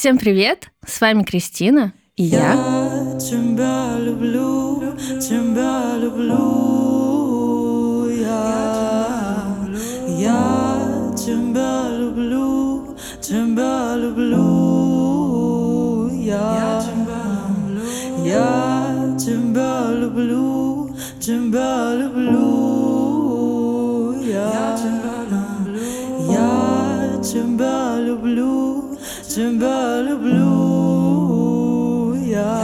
Всем привет! С вами Кристина и я. Я тебя люблю, тебя люблю. Я тебя люблю, тебя люблю. Я тебя люблю, тебя люблю. Я тебя люблю, тебя люблю.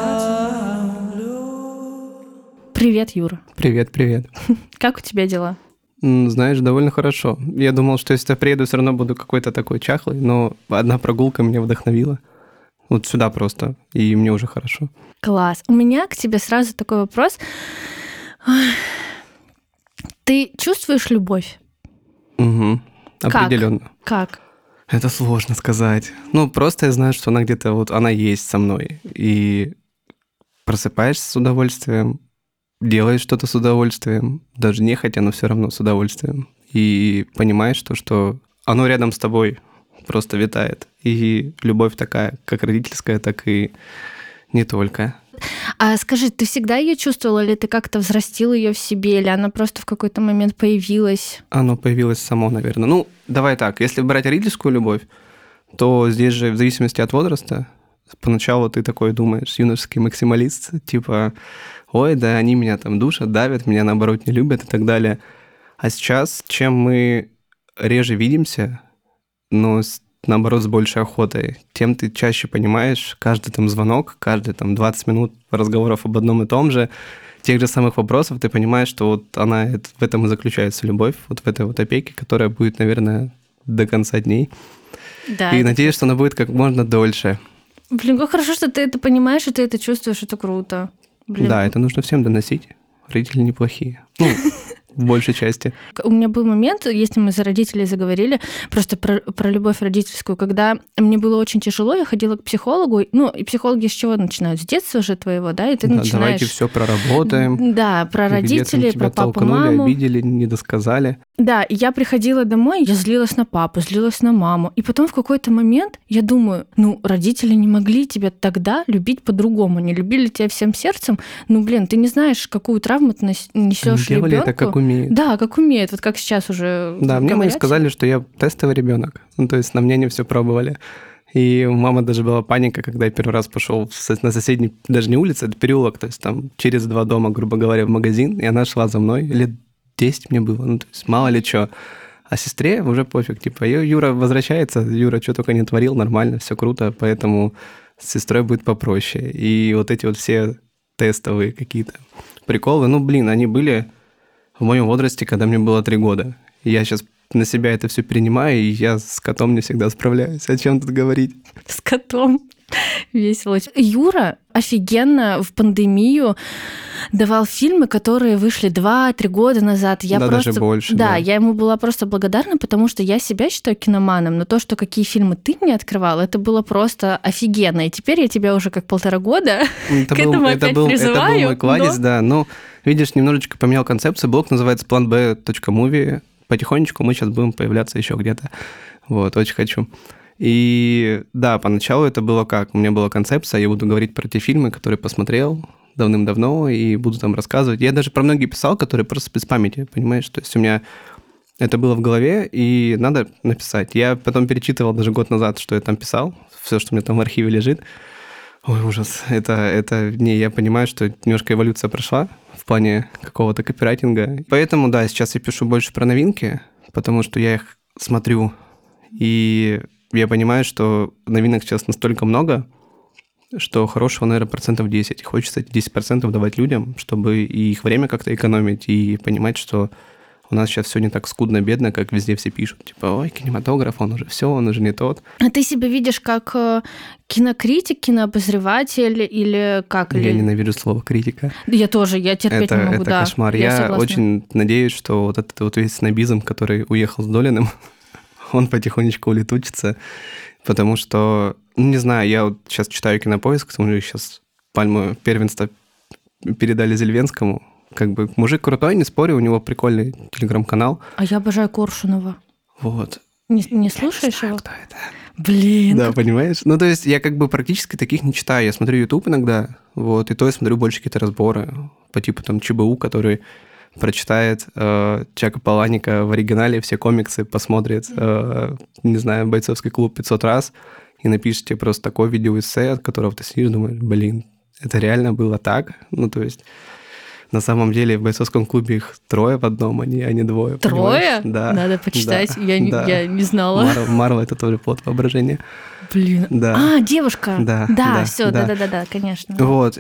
Привет, Юра. Привет. Как у тебя дела? Знаешь, довольно хорошо. Я думал, что если я приеду, все равно буду какой-то такой чахлый, но одна прогулка меня вдохновила. Вот сюда просто, и мне уже хорошо. Класс. У меня к тебе сразу такой вопрос. Ты чувствуешь любовь? Угу. Определенно. Как? Это сложно сказать. Просто я знаю, что она где-то вот, она есть со мной. И просыпаешься с удовольствием, делаешь что-то с удовольствием, даже нехотя, но все равно с удовольствием. И понимаешь то, что оно рядом с тобой просто витает. И любовь такая, как родительская, так и не только. А скажи, ты всегда ее чувствовала, или ты как-то взрастил ее в себе, или она просто в какой-то момент появилась? Оно появилось само, наверное. Давай так, если брать родительскую любовь, то здесь же в зависимости от возраста, поначалу ты такой думаешь, юношеский максималист, типа, ой, да они меня там душат, давят, меня наоборот не любят и так далее. А сейчас, чем мы реже видимся, но наоборот с большей охотой, тем ты чаще понимаешь каждый там звонок, каждые там 20 минут разговоров об одном и том же, тех же самых вопросов, ты понимаешь, что вот она, в этом и заключается любовь, вот в этой вот опеке, которая будет, наверное, до конца дней. Да. И надеюсь, что она будет как можно дольше. Блин, как хорошо, что ты это понимаешь, и ты это чувствуешь, это круто. Блин. Да, это нужно всем доносить. Родители неплохие. В большей части. У меня был момент, если мы за родителей заговорили, просто про любовь родительскую, когда мне было очень тяжело, я ходила к психологу, и психологи с чего начинают? С детства же твоего, да, и ты начинаешь... Давайте все проработаем. Да, про родителей, про папу, толкнули, маму. обидели, не досказали. Да, и я приходила домой, я злилась на папу, злилась на маму. И потом в какой-то момент я думаю, родители не могли тебя тогда любить по-другому, они любили тебя всем сердцем. Ты не знаешь, какую травму ты несешь ребенку. Делали это как умеют. Да, как умеют, вот как сейчас уже. Да, мне говорят. сказали, что я тестовый ребенок. То есть на мне они все пробовали. И у мамы даже была паника, когда я первый раз пошел на соседней, даже не улице, это переулок, то есть там через 2 дома, грубо говоря, в магазин, и она шла за мной, лет 10 мне было, то есть мало ли что. А сестре уже пофиг, типа, Юра возвращается, Юра что только не творил, нормально, все круто, поэтому с сестрой будет попроще. И вот эти вот все тестовые какие-то приколы, они были в моем возрасте, когда мне было 3 года. Я сейчас на себя это все перенимаю, и я с котом не всегда справляюсь. О чем тут говорить? С котом. Весело. Юра офигенно в пандемию давал фильмы, которые вышли 2-3 года назад. Я даже больше. Да, я ему была просто благодарна, потому что я себя считаю киноманом, но то, что какие фильмы ты мне открывал, это было просто офигенно. И теперь я тебя уже как 1,5 года к этому опять призываю. Это был мой кладезь, да. Видишь, немножечко поменял концепцию. Блог называется planb.movie. Потихонечку мы сейчас будем появляться еще где-то. Вот, очень хочу. И да, поначалу это было как? У меня была концепция, я буду говорить про те фильмы, которые посмотрел давным-давно, и буду там рассказывать. Я даже про многие писал, которые просто без памяти, понимаешь? То есть у меня это было в голове, и надо написать. Я потом перечитывал даже год назад, что я там писал, все, что у меня там в архиве лежит. Ой, ужас. Я понимаю, что немножко эволюция прошла в плане какого-то копирайтинга. Поэтому, да, сейчас я пишу больше про новинки, потому что я их смотрю, и я понимаю, что новинок сейчас настолько много, что хорошего, наверное, 10%. Хочется эти 10% давать людям, чтобы и их время как-то экономить, и понимать, что у нас сейчас все не так скудно-бедно, как везде все пишут. Типа, ой, кинематограф, он уже не тот. А ты себя видишь как кинокритик, кинообозреватель или как? Я ненавижу слово «критика». Я тоже, я терпеть не могу, это кошмар. Я очень надеюсь, что вот этот вот весь снобизм, который уехал с Долиным, он потихонечку улетучится, потому что, не знаю, я вот сейчас читаю «Кинопоиск», потому что сейчас пальму первенства передали Зельвенскому. Как бы мужик крутой, не спорю, у него прикольный телеграм-канал. А я обожаю Коршунова. Вот. Не слушаешь я не знаю, его? кто это. Блин. Да, понимаешь? Ну, то есть я как бы практически таких не читаю. Я смотрю YouTube иногда, вот, и то я смотрю больше какие-то разборы по типу там ЧБУ, который прочитает Чака Паланика в оригинале, все комиксы, посмотрит, не знаю, «Бойцовский клуб» 500 раз и напишет тебе просто такое видеоэссе, от которого ты сидишь и думаешь, блин, это реально было так? Ну, то есть на самом деле в «Бойцовском клубе» их 3 в одном, а не 2. 3? Понимаешь? Да. Надо почитать, Да, я не знала. Марвел — это тоже плод воображения. Блин. Да. Девушка. Да, все, да. да, конечно. Вот.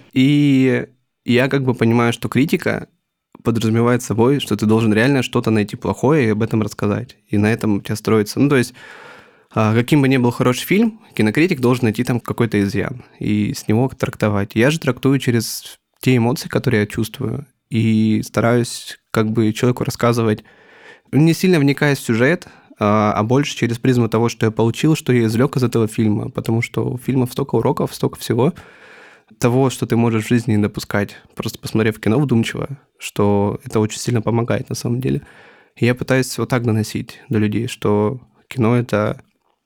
И я как бы понимаю, что критика подразумевает собой, что ты должен реально что-то найти плохое и об этом рассказать. И на этом у тебя строится. Ну, то есть, каким бы ни был хороший фильм, кинокритик должен найти там какой-то изъян и с него трактовать. Я же трактую через те эмоции, которые я чувствую, и стараюсь как бы человеку рассказывать, не сильно вникая в сюжет, а больше через призму того, что я получил, что я извлек из этого фильма, потому что у фильмов столько уроков, столько всего, того, что ты можешь в жизни не допускать, просто посмотрев кино вдумчиво, что это очень сильно помогает на самом деле. И я пытаюсь вот так доносить до людей, что кино — это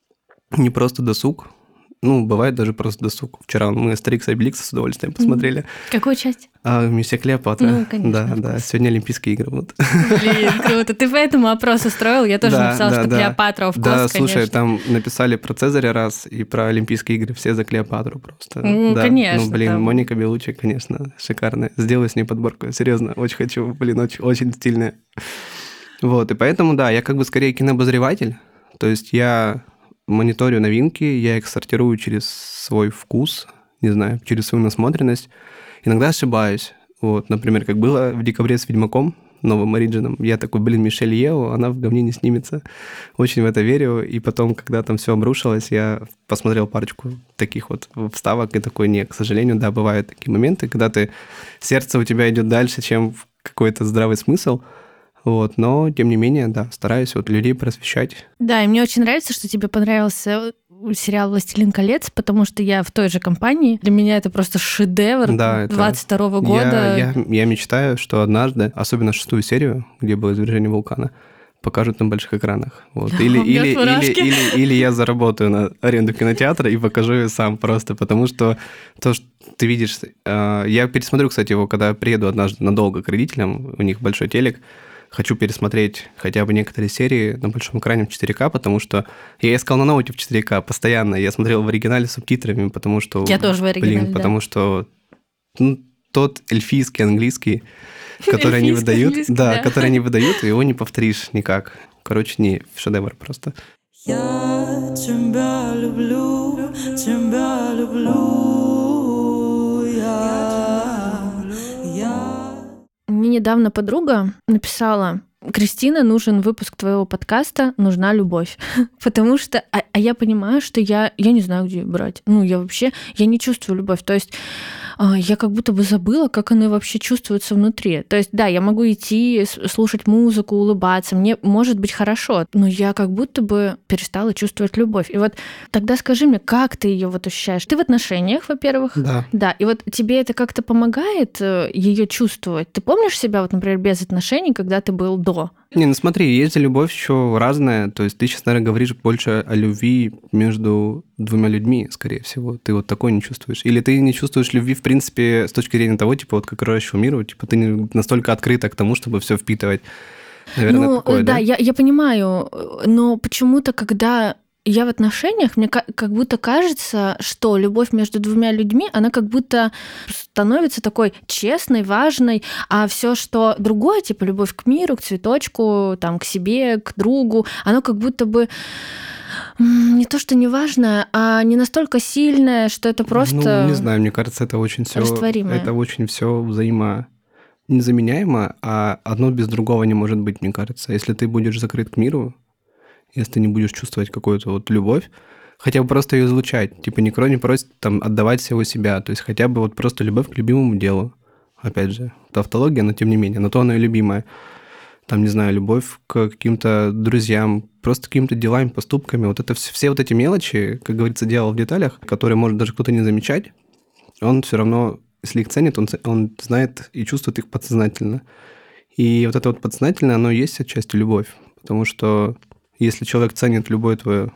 не просто досуг, ну, бывает даже просто досуг. Вчера мы «Астерикс и Обеликс» с удовольствием посмотрели. Какую часть? «Миссия Клеопатра». Ну, конечно. Да. Сегодня Олимпийские игры. Вот. Блин, круто. Ты поэтому опрос устроил? Я тоже написала, что Клеопатра в Да, конечно. слушай, там написали про Цезаря раз и про Олимпийские игры. Все за Клеопатру просто. Ну, да. конечно. Ну, блин, Моника Белуччи, конечно, шикарная. Сделаю с ней подборку. Серьезно, очень хочу. Блин, очень стильная. Вот, и поэтому, да, я как бы скорее кинообозреватель. То есть я мониторю новинки, я их сортирую через свой вкус, не знаю, через свою насмотренность. Иногда ошибаюсь. Вот, например, как было в декабре с «Ведьмаком», новым оригином. Я такой, блин, Мишель Ео, она в говне не снимется. Очень в это верю. И потом, когда там все обрушилось, я посмотрел парочку таких вот вставок и такой, нет, к сожалению, да, бывают такие моменты, когда сердце у тебя идет дальше, чем какой-то здравый смысл. Вот, но, тем не менее, да, стараюсь вот людей просвещать. Да, и мне очень нравится, что тебе понравился сериал «Властелин колец», потому что я в той же компании. Для меня это просто шедевр 22 года. Я мечтаю, что однажды, особенно 6-ю серию, где было извержение вулкана, покажут на больших экранах. Вот. Или я заработаю на аренду кинотеатра и покажу ее сам просто, потому что то, что ты видишь... Я пересмотрю, кстати, его, когда приеду однажды надолго к родителям, у них большой телек. Хочу пересмотреть хотя бы некоторые серии на большом экране в 4К, потому что я искал на ноуте в 4К постоянно. Я смотрел в оригинале с субтитрами, потому что... Я тоже в оригинале, блин, потому что тот эльфийский английский, который они выдают, который они выдают, его не повторишь никак. Короче, не шедевр просто. Я тебя люблю, Мне недавно подруга написала: Кристина, нужен выпуск твоего подкаста «Нужна любовь». Потому что... А я понимаю, что я не знаю, где ее брать. Ну, я не чувствую любовь. То есть я как будто бы забыла, как она вообще чувствуется внутри. То есть, да, я могу идти, слушать музыку, улыбаться, мне может быть хорошо, но я как будто бы перестала чувствовать любовь. И вот тогда скажи мне, как ты ее вот ощущаешь? Ты в отношениях, во-первых. Да. Да, и вот тебе это как-то помогает ее чувствовать? Ты помнишь себя, вот, например, без отношений, когда ты был до? Не, ну смотри, есть любовь еще разная. То есть ты сейчас, наверное, говоришь больше о любви между двумя людьми, скорее всего. Ты вот такой не чувствуешь. Или ты не чувствуешь любви, в принципе, с точки зрения того, типа, вот как окружающего мира, типа, ты не настолько открыта к тому, чтобы все впитывать. Наверное, такое, да? Я понимаю, но почему-то, когда я в отношениях, мне как будто кажется, что любовь между двумя людьми, она как будто становится такой честной, важной, а все, что другое, типа любовь к миру, к цветочку, там, к себе, к другу, оно как будто бы не то, что не важное, а не настолько сильное, что это просто... Ну, не знаю, мне кажется, это очень все... растворимое. Это очень все незаменяемо, а одно без другого не может быть, мне кажется. Если ты будешь закрыт к миру, если ты не будешь чувствовать какую-то вот любовь, хотя бы просто ее излучать. Типа никто не просит там отдавать всего себя. То есть хотя бы вот просто любовь к любимому делу. Опять же, тавтология, но тем не менее, на то она и любимая. Там, не знаю, любовь к каким-то друзьям, просто каким-то делам, поступками. Вот это все вот эти мелочи, как говорится, дело в деталях, которые может даже кто-то не замечать, он все равно, если их ценит, он знает и чувствует их подсознательно. И вот это вот подсознательное, оно и есть отчасти любовь. Потому что если человек ценит любое твое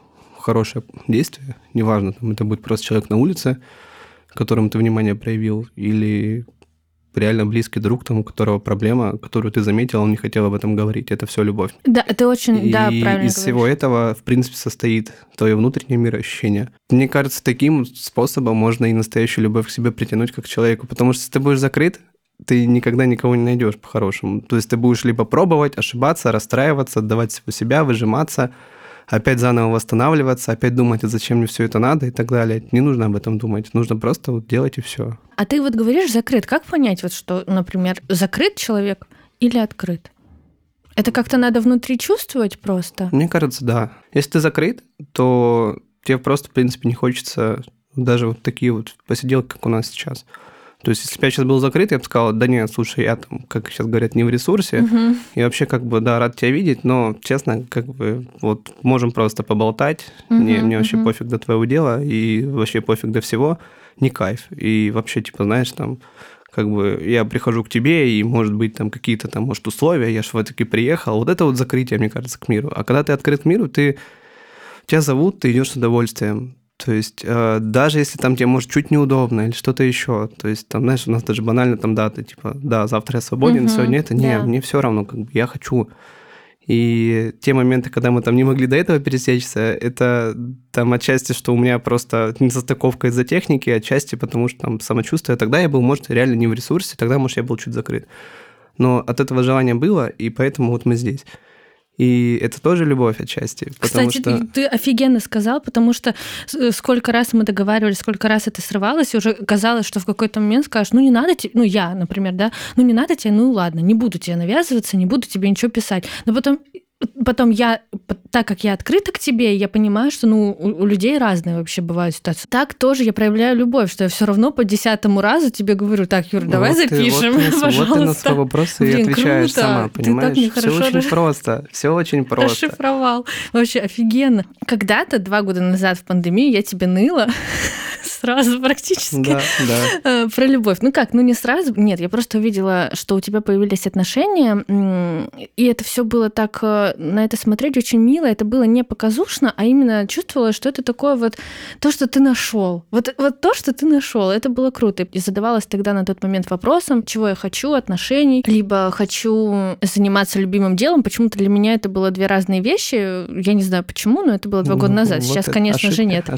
хорошее действие, неважно, там, это будет просто человек на улице, которому ты внимание проявил, или реально близкий друг, там, у которого проблема, которую ты заметил, он не хотел об этом говорить. Это все любовь. Да, ты очень, И правильно из говоришь. всего этого, в принципе, состоит твое внутреннее мироощущение. Мне кажется, таким способом можно и настоящую любовь к себе притянуть как к человеку, потому что если ты будешь закрыт, ты никогда никого не найдешь по-хорошему. То есть ты будешь либо пробовать, ошибаться, расстраиваться, отдавать всего себя, выжиматься, опять заново восстанавливаться, опять думать, а зачем мне все это надо и так далее. Не нужно об этом думать, нужно просто вот делать и все. А ты вот говоришь закрыт. Как понять, вот что, например, закрыт человек или открыт? Это как-то надо внутри чувствовать просто? Мне кажется, да. Если ты закрыт, то тебе просто, в принципе, не хочется даже вот такие вот посиделки, как у нас сейчас. То есть, если бы я сейчас был закрыт, я бы сказал, да нет, слушай, я там, как сейчас говорят, не в ресурсе, и вообще, как бы, да, рад тебя видеть, но, честно, как бы, вот, можем просто поболтать, мне вообще пофиг до твоего дела, и вообще пофиг до всего, не кайф. И вообще, типа, знаешь, там, как бы, я прихожу к тебе, и, может быть, там, какие-то там, может, условия, я же все-таки приехал. Вот это вот закрытие, мне кажется, к миру. А когда ты открыт к миру, тебя зовут, ты идешь с удовольствием. То есть даже если там тебе, может, чуть неудобно или что-то еще, то есть там, знаешь, у нас даже банально там даты, типа, да, завтра я свободен, сегодня это, не, мне все равно, как бы, я хочу. И те моменты, когда мы там не могли до этого пересечься, это там отчасти, что у меня просто несостыковка из-за техники, отчасти потому что там самочувствие, тогда я был, может, реально не в ресурсе, тогда, может, я был чуть закрыт. Но от этого желания было, и поэтому вот мы здесь. И это тоже любовь отчасти. Кстати, что... ты офигенно сказал, потому что сколько раз мы договаривались, сколько раз это срывалось, и уже казалось, что в какой-то момент скажешь, ну не надо тебе, ну я, например, да, ну не надо тебе, ну ладно, не буду тебе навязываться, не буду тебе ничего писать. Но потом я, так как я открыта к тебе, я понимаю, что у людей разные вообще бывают ситуации. Так тоже я проявляю любовь, что я все равно по 10-му разу тебе говорю, так, Юр, давай запишем, пожалуйста. Вот ты на свой вопрос и отвечаешь круто. Сама, понимаешь? Все очень просто, все очень просто. Расшифровал. Вообще офигенно. Когда-то, 2 года назад в пандемию, я тебе ныла сразу практически про любовь. Ну как, не сразу. Нет, я просто увидела, что у тебя появились отношения, и это все было так, на это смотреть очень мило. Это было не показушно, а именно чувствовала, что это такое вот то, что ты нашел. Вот то, что ты нашел, это было круто. И задавалась тогда на тот момент вопросом, чего я хочу, отношений, либо хочу заниматься любимым делом. Почему-то для меня это было 2 разные вещи. Я не знаю почему, но это было 2 года назад. Сейчас, конечно же, нет.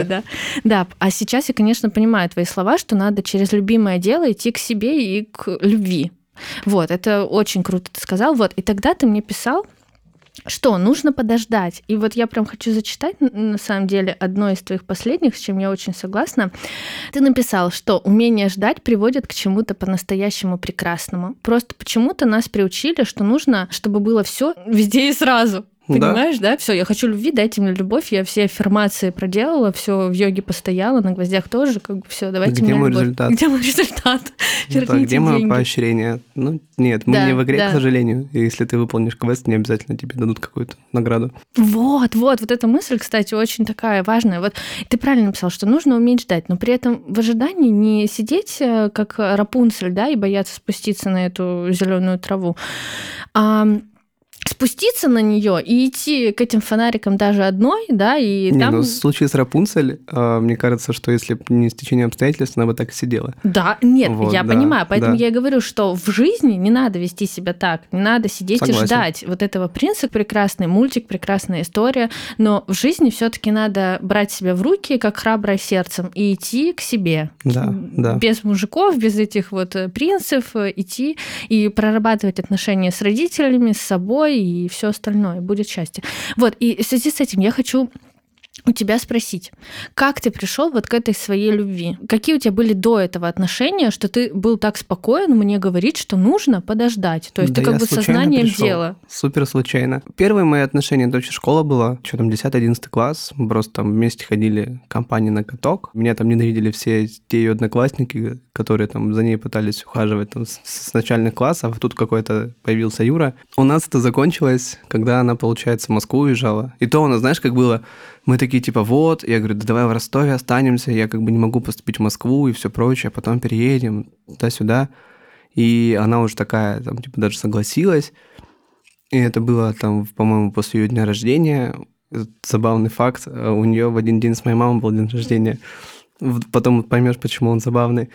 Да. А сейчас я, конечно, понимаю твои слова, что надо через любимое дело идти к себе и к любви. Вот, это очень круто ты сказал. Вот, и тогда ты мне писал, что нужно подождать. И вот я прям хочу зачитать, на самом деле, одно из твоих последних, с чем я очень согласна. Ты написал, что умение ждать приводит к чему-то по-настоящему прекрасному. Просто почему-то нас приучили, что нужно, чтобы было все везде и сразу. Понимаешь, да? Все, я хочу любви, дайте мне любовь. Я все аффирмации проделала, все в йоге постояла, на гвоздях тоже, как бы все, давайте мне любовь. Результат? Где мой результат? Верните где мое поощрение? Ну, нет, мы не в игре, к сожалению. И если ты выполнишь квест, не обязательно тебе дадут какую-то награду. Вот эта мысль, кстати, очень такая важная. Вот ты правильно написал, что нужно уметь ждать, но при этом в ожидании не сидеть как Рапунцель, да, и бояться спуститься на эту зеленую траву, а спуститься на нее и идти к этим фонарикам даже одной, да, и там... в случае с Рапунцель, мне кажется, что если бы не стечение обстоятельств, она бы так и сидела. Да, нет, я понимаю, поэтому я и говорю, что в жизни не надо вести себя так, не надо сидеть и ждать вот этого принца. Прекрасный мультик, прекрасная история, но в жизни все-таки надо брать себя в руки, как храброе сердцем, и идти к себе. Да. Без мужиков, без этих вот принцев, идти и прорабатывать отношения с родителями, с собой, и все остальное, будет счастье. Вот, и в связи с этим я хочу у тебя спросить, как ты пришел вот к этой своей любви? Какие у тебя были до этого отношения, что ты был так спокоен мне говорить, что нужно подождать? То есть ты как бы сознанием дела. Супер случайно. Первые мои отношения, это вообще школа была, 10-11 класс. Мы просто там вместе ходили в компании на каток. Меня там ненавидели все те ее одноклассники, которые там за ней пытались ухаживать там, с начальных классов. Тут какой-то появился Юра. У нас это закончилось, когда она, получается, в Москву уезжала. И то у нас, знаешь, как было... Мы такие, типа, вот, я говорю, да давай в Ростове останемся, я как бы не могу поступить в Москву и все прочее, потом переедем туда-сюда. И она уже такая, там, типа, даже согласилась. И это было там, по-моему, после ее дня рождения. забавный факт. У нее в один день с моей мамой был день рождения. Потом поймешь, почему он забавный.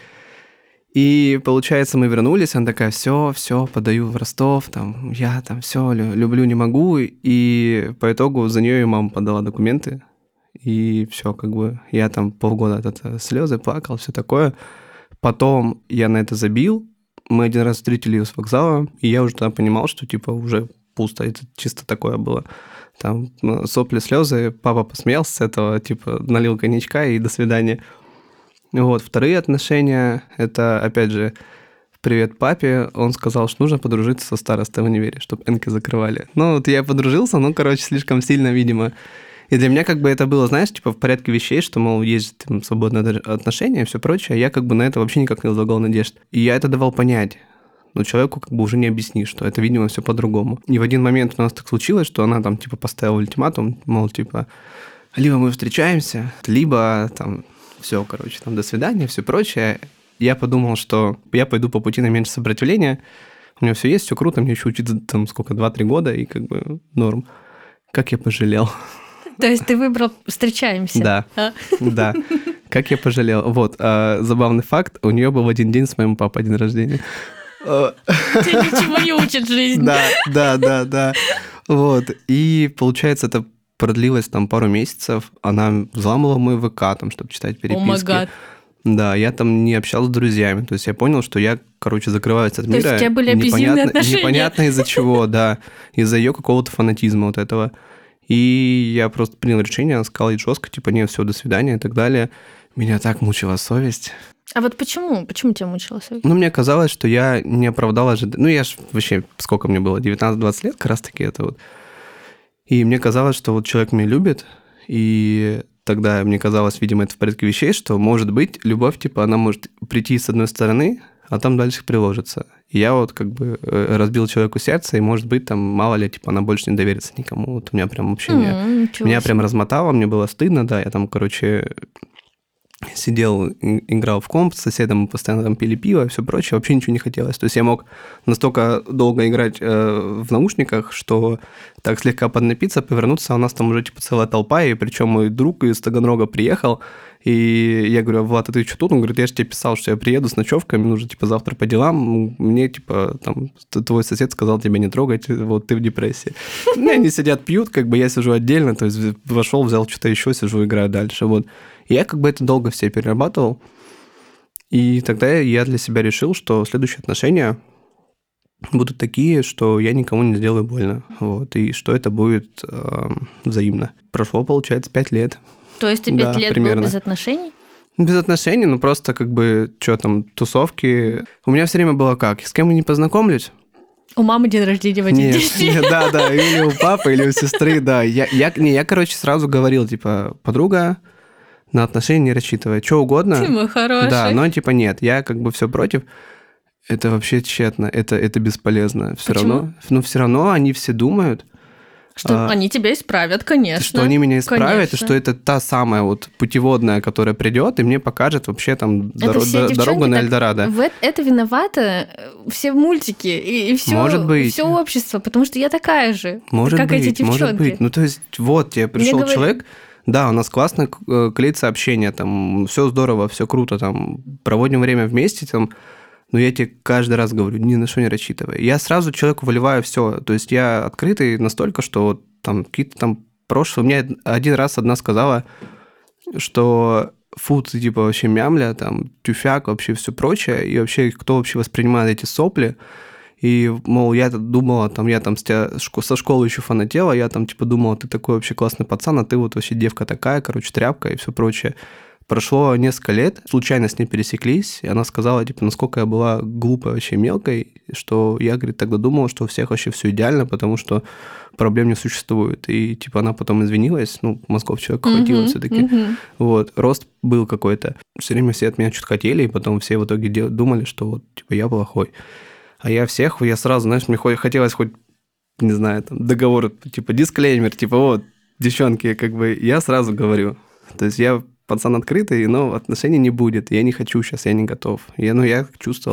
И, получается, мы вернулись, она такая, все, подаю в Ростов, там, я там все люблю, не могу. И по итогу за нее и мама подала документы. И все, как бы, я там полгода слезы плакал, все такое. Потом я на это забил. Мы один раз встретили ее с вокзала, и я уже тогда понимал, что, типа, уже пусто. Это чисто такое было. Там сопли, слезы, папа посмеялся с этого, типа, налил коньячка и до свидания. Вот, вторые отношения, это, опять же, привет папе, он сказал, что нужно подружиться со старостой в универе, чтобы энки закрывали. Ну, вот я подружился, слишком сильно, видимо. И для меня как бы это было, знаешь, типа в порядке вещей, что, мол, есть там свободные отношения и все прочее, а я как бы на это вообще никак не возлагал надежд. И я это давал понять. Но человеку как бы уже не объяснишь, что это, видимо, все по-другому. И в один момент у нас так случилось, что она там, типа, поставила ультиматум, мол, типа, либо мы встречаемся, либо там... Все, там до свидания, все прочее. Я подумал, что я пойду по пути наименьшего сопротивления. У меня все есть, все круто, мне еще учиться там сколько, 2-3 года, и как бы норм. Как я пожалел. То есть ты выбрал «встречаемся»? Да, да. Как я пожалел. Вот, забавный факт, у нее был в один день с моим папой день рождения. Тебя ничего не учит жизнь. Да. Вот, и получается, это продлилось там пару месяцев, она взламывала мой ВК, там, чтобы читать переписки. О, да, я там не общался с друзьями, то есть я понял, что я, закрываюсь от мира. То есть у тебя были абьюзивные отношения? Непонятно из-за чего, да, из-за ее какого-то фанатизма вот этого. И я просто принял решение, сказал ей жестко, типа, нет, все, до свидания и так далее. Меня так мучила совесть. А вот почему? Почему тебя мучила совесть? Мне казалось, что я не оправдал ожидания. Я ж вообще, сколько мне было, 19-20 лет, как раз-таки это вот. И мне казалось, что вот человек меня любит, и тогда мне казалось, видимо, это в порядке вещей, что, может быть, любовь, типа, она может прийти с одной стороны, а там дальше приложится. И я вот как бы разбил человеку сердце, и, может быть, там, мало ли, типа, она больше не доверится никому. Вот у меня прям вообще... Меня прям размотало, мне было стыдно, да, я там, сидел, играл в комп с соседом, мы постоянно там пили пиво и все прочее, вообще ничего не хотелось. То есть я мог настолько долго играть в наушниках, что так слегка поднапиться, повернуться, а у нас там уже типа целая толпа, и причем мой друг из Таганрога приехал, и я говорю, Влад, а ты что тут? Он говорит, я же тебе писал, что я приеду с ночевкой, мне нужно типа завтра по делам, мне типа там твой сосед сказал тебя не трогать, вот ты в депрессии. Они сидят, пьют, как бы я сижу отдельно, то есть вошел, взял что-то еще, сижу, играю дальше, вот. Я как бы это долго все перерабатывал, и тогда я для себя решил, что следующие отношения будут такие, что я никому не сделаю больно, вот, и что это будет взаимно. Прошло, получается, 5 лет. То есть ты 5 лет примерно был без отношений? Без отношений, просто как бы, что там, тусовки. У меня все время было как, с кем я не познакомлюсь. У мамы день рождения в один день. Да, или у папы, или у сестры, да. Я, сразу говорил, типа, подруга, на отношения не рассчитывай, что угодно. Ты мой хороший. Да, но типа нет, я как бы все против. Это вообще тщетно, это бесполезно. Все равно они все думают... Что они тебя исправят, конечно. Что они меня исправят, и что это та самая вот путеводная, которая придет и мне покажет вообще там дорогу на Эльдорадо. Это виновато все мультики и все общество, потому что я такая же, как эти девчонки. Может быть. То есть вот тебе пришел человек... Да, у нас классно клеится общение, там, все здорово, все круто, там, проводим время вместе, там, но я тебе каждый раз говорю, ни на что не рассчитывай. Я сразу человеку выливаю все, то есть я открытый настолько, что вот, там какие-то там прошлые... Мне один раз одна сказала, что фу, ты типа вообще мямля, там, тюфяк, вообще все прочее, и вообще кто вообще воспринимает эти сопли. И, мол, я думала, там, я там со школы еще фанатела, я там, типа, думала, ты такой вообще классный пацан, а ты вот вообще девка такая, тряпка и все прочее. Прошло несколько лет, случайно с ней пересеклись, и она сказала, типа, насколько я была глупой, вообще мелкой, что я, говорит, тогда думала, что у всех вообще все идеально, потому что проблем не существует. И, типа, она потом извинилась, мозгов человека хватило все-таки. Вот, рост был какой-то. Все время все от меня что-то хотели, и потом все в итоге думали, что вот, типа, я плохой. А я сразу, знаешь, мне хотелось хоть, не знаю, там, договор, типа, дисклеймер, типа, вот, девчонки, как бы, я сразу говорю. То есть я пацан открытый, но отношений не будет, я не хочу сейчас, я не готов. Я чувствовал.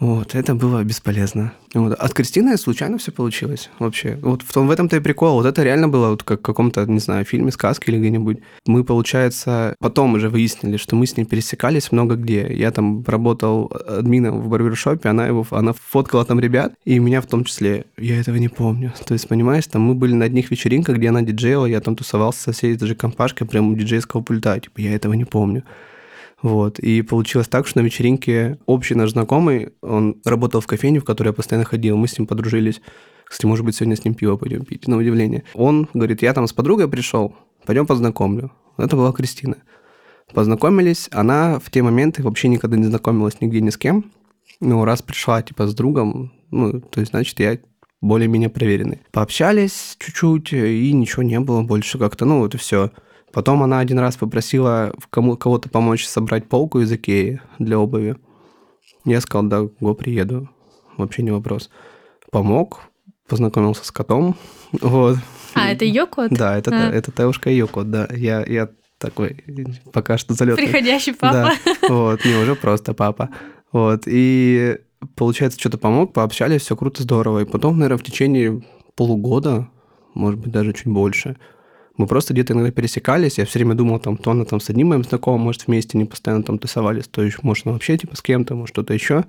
Вот, это было бесполезно. Вот. От Кристины случайно все получилось вообще. Вот в этом-то и прикол. Вот это реально было вот как в каком-то, не знаю, фильме, сказке или где-нибудь. Мы, получается, потом уже выяснили, что мы с ней пересекались много где. Я там работал админом в барбершопе, она фоткала там ребят, и меня в том числе. Я этого не помню. То есть, понимаешь, там мы были на одних вечеринках, где она диджеяла, я там тусовался со всей этой же компашкой прямо у диджейского пульта. Типа, я этого не помню. Вот. И получилось так, что на вечеринке общий наш знакомый, он работал в кофейне, в которой я постоянно ходил, мы с ним подружились. Кстати, может быть, сегодня с ним пиво пойдем пить, на удивление. Он говорит, я там с подругой пришел, пойдем познакомлю. Это была Кристина. Познакомились, она в те моменты вообще никогда не знакомилась нигде ни с кем. Ну, раз пришла, типа, с другом, ну, то есть, значит, я более-менее проверенный. Пообщались чуть-чуть, и ничего не было больше как-то, ну, вот и все. Потом она один раз попросила кого-то помочь собрать полку из Икеи для обуви. Я сказал, да, приеду. Вообще не вопрос. Помог, познакомился с котом. Вот. А, это ее кот? Да, это девушка ее кот, да. Я такой пока что залетный. Приходящий папа. Да. Вот, не уже просто папа. Вот, и получается, что-то помог, пообщались, все круто, здорово. И потом, наверное, в течение полугода, может быть, даже чуть больше, мы просто где-то иногда пересекались, я все время думал, там, то она там с одним моим знакомым, может, вместе не постоянно там тусовались, то есть, может, она вообще типа с кем-то, может, что-то еще.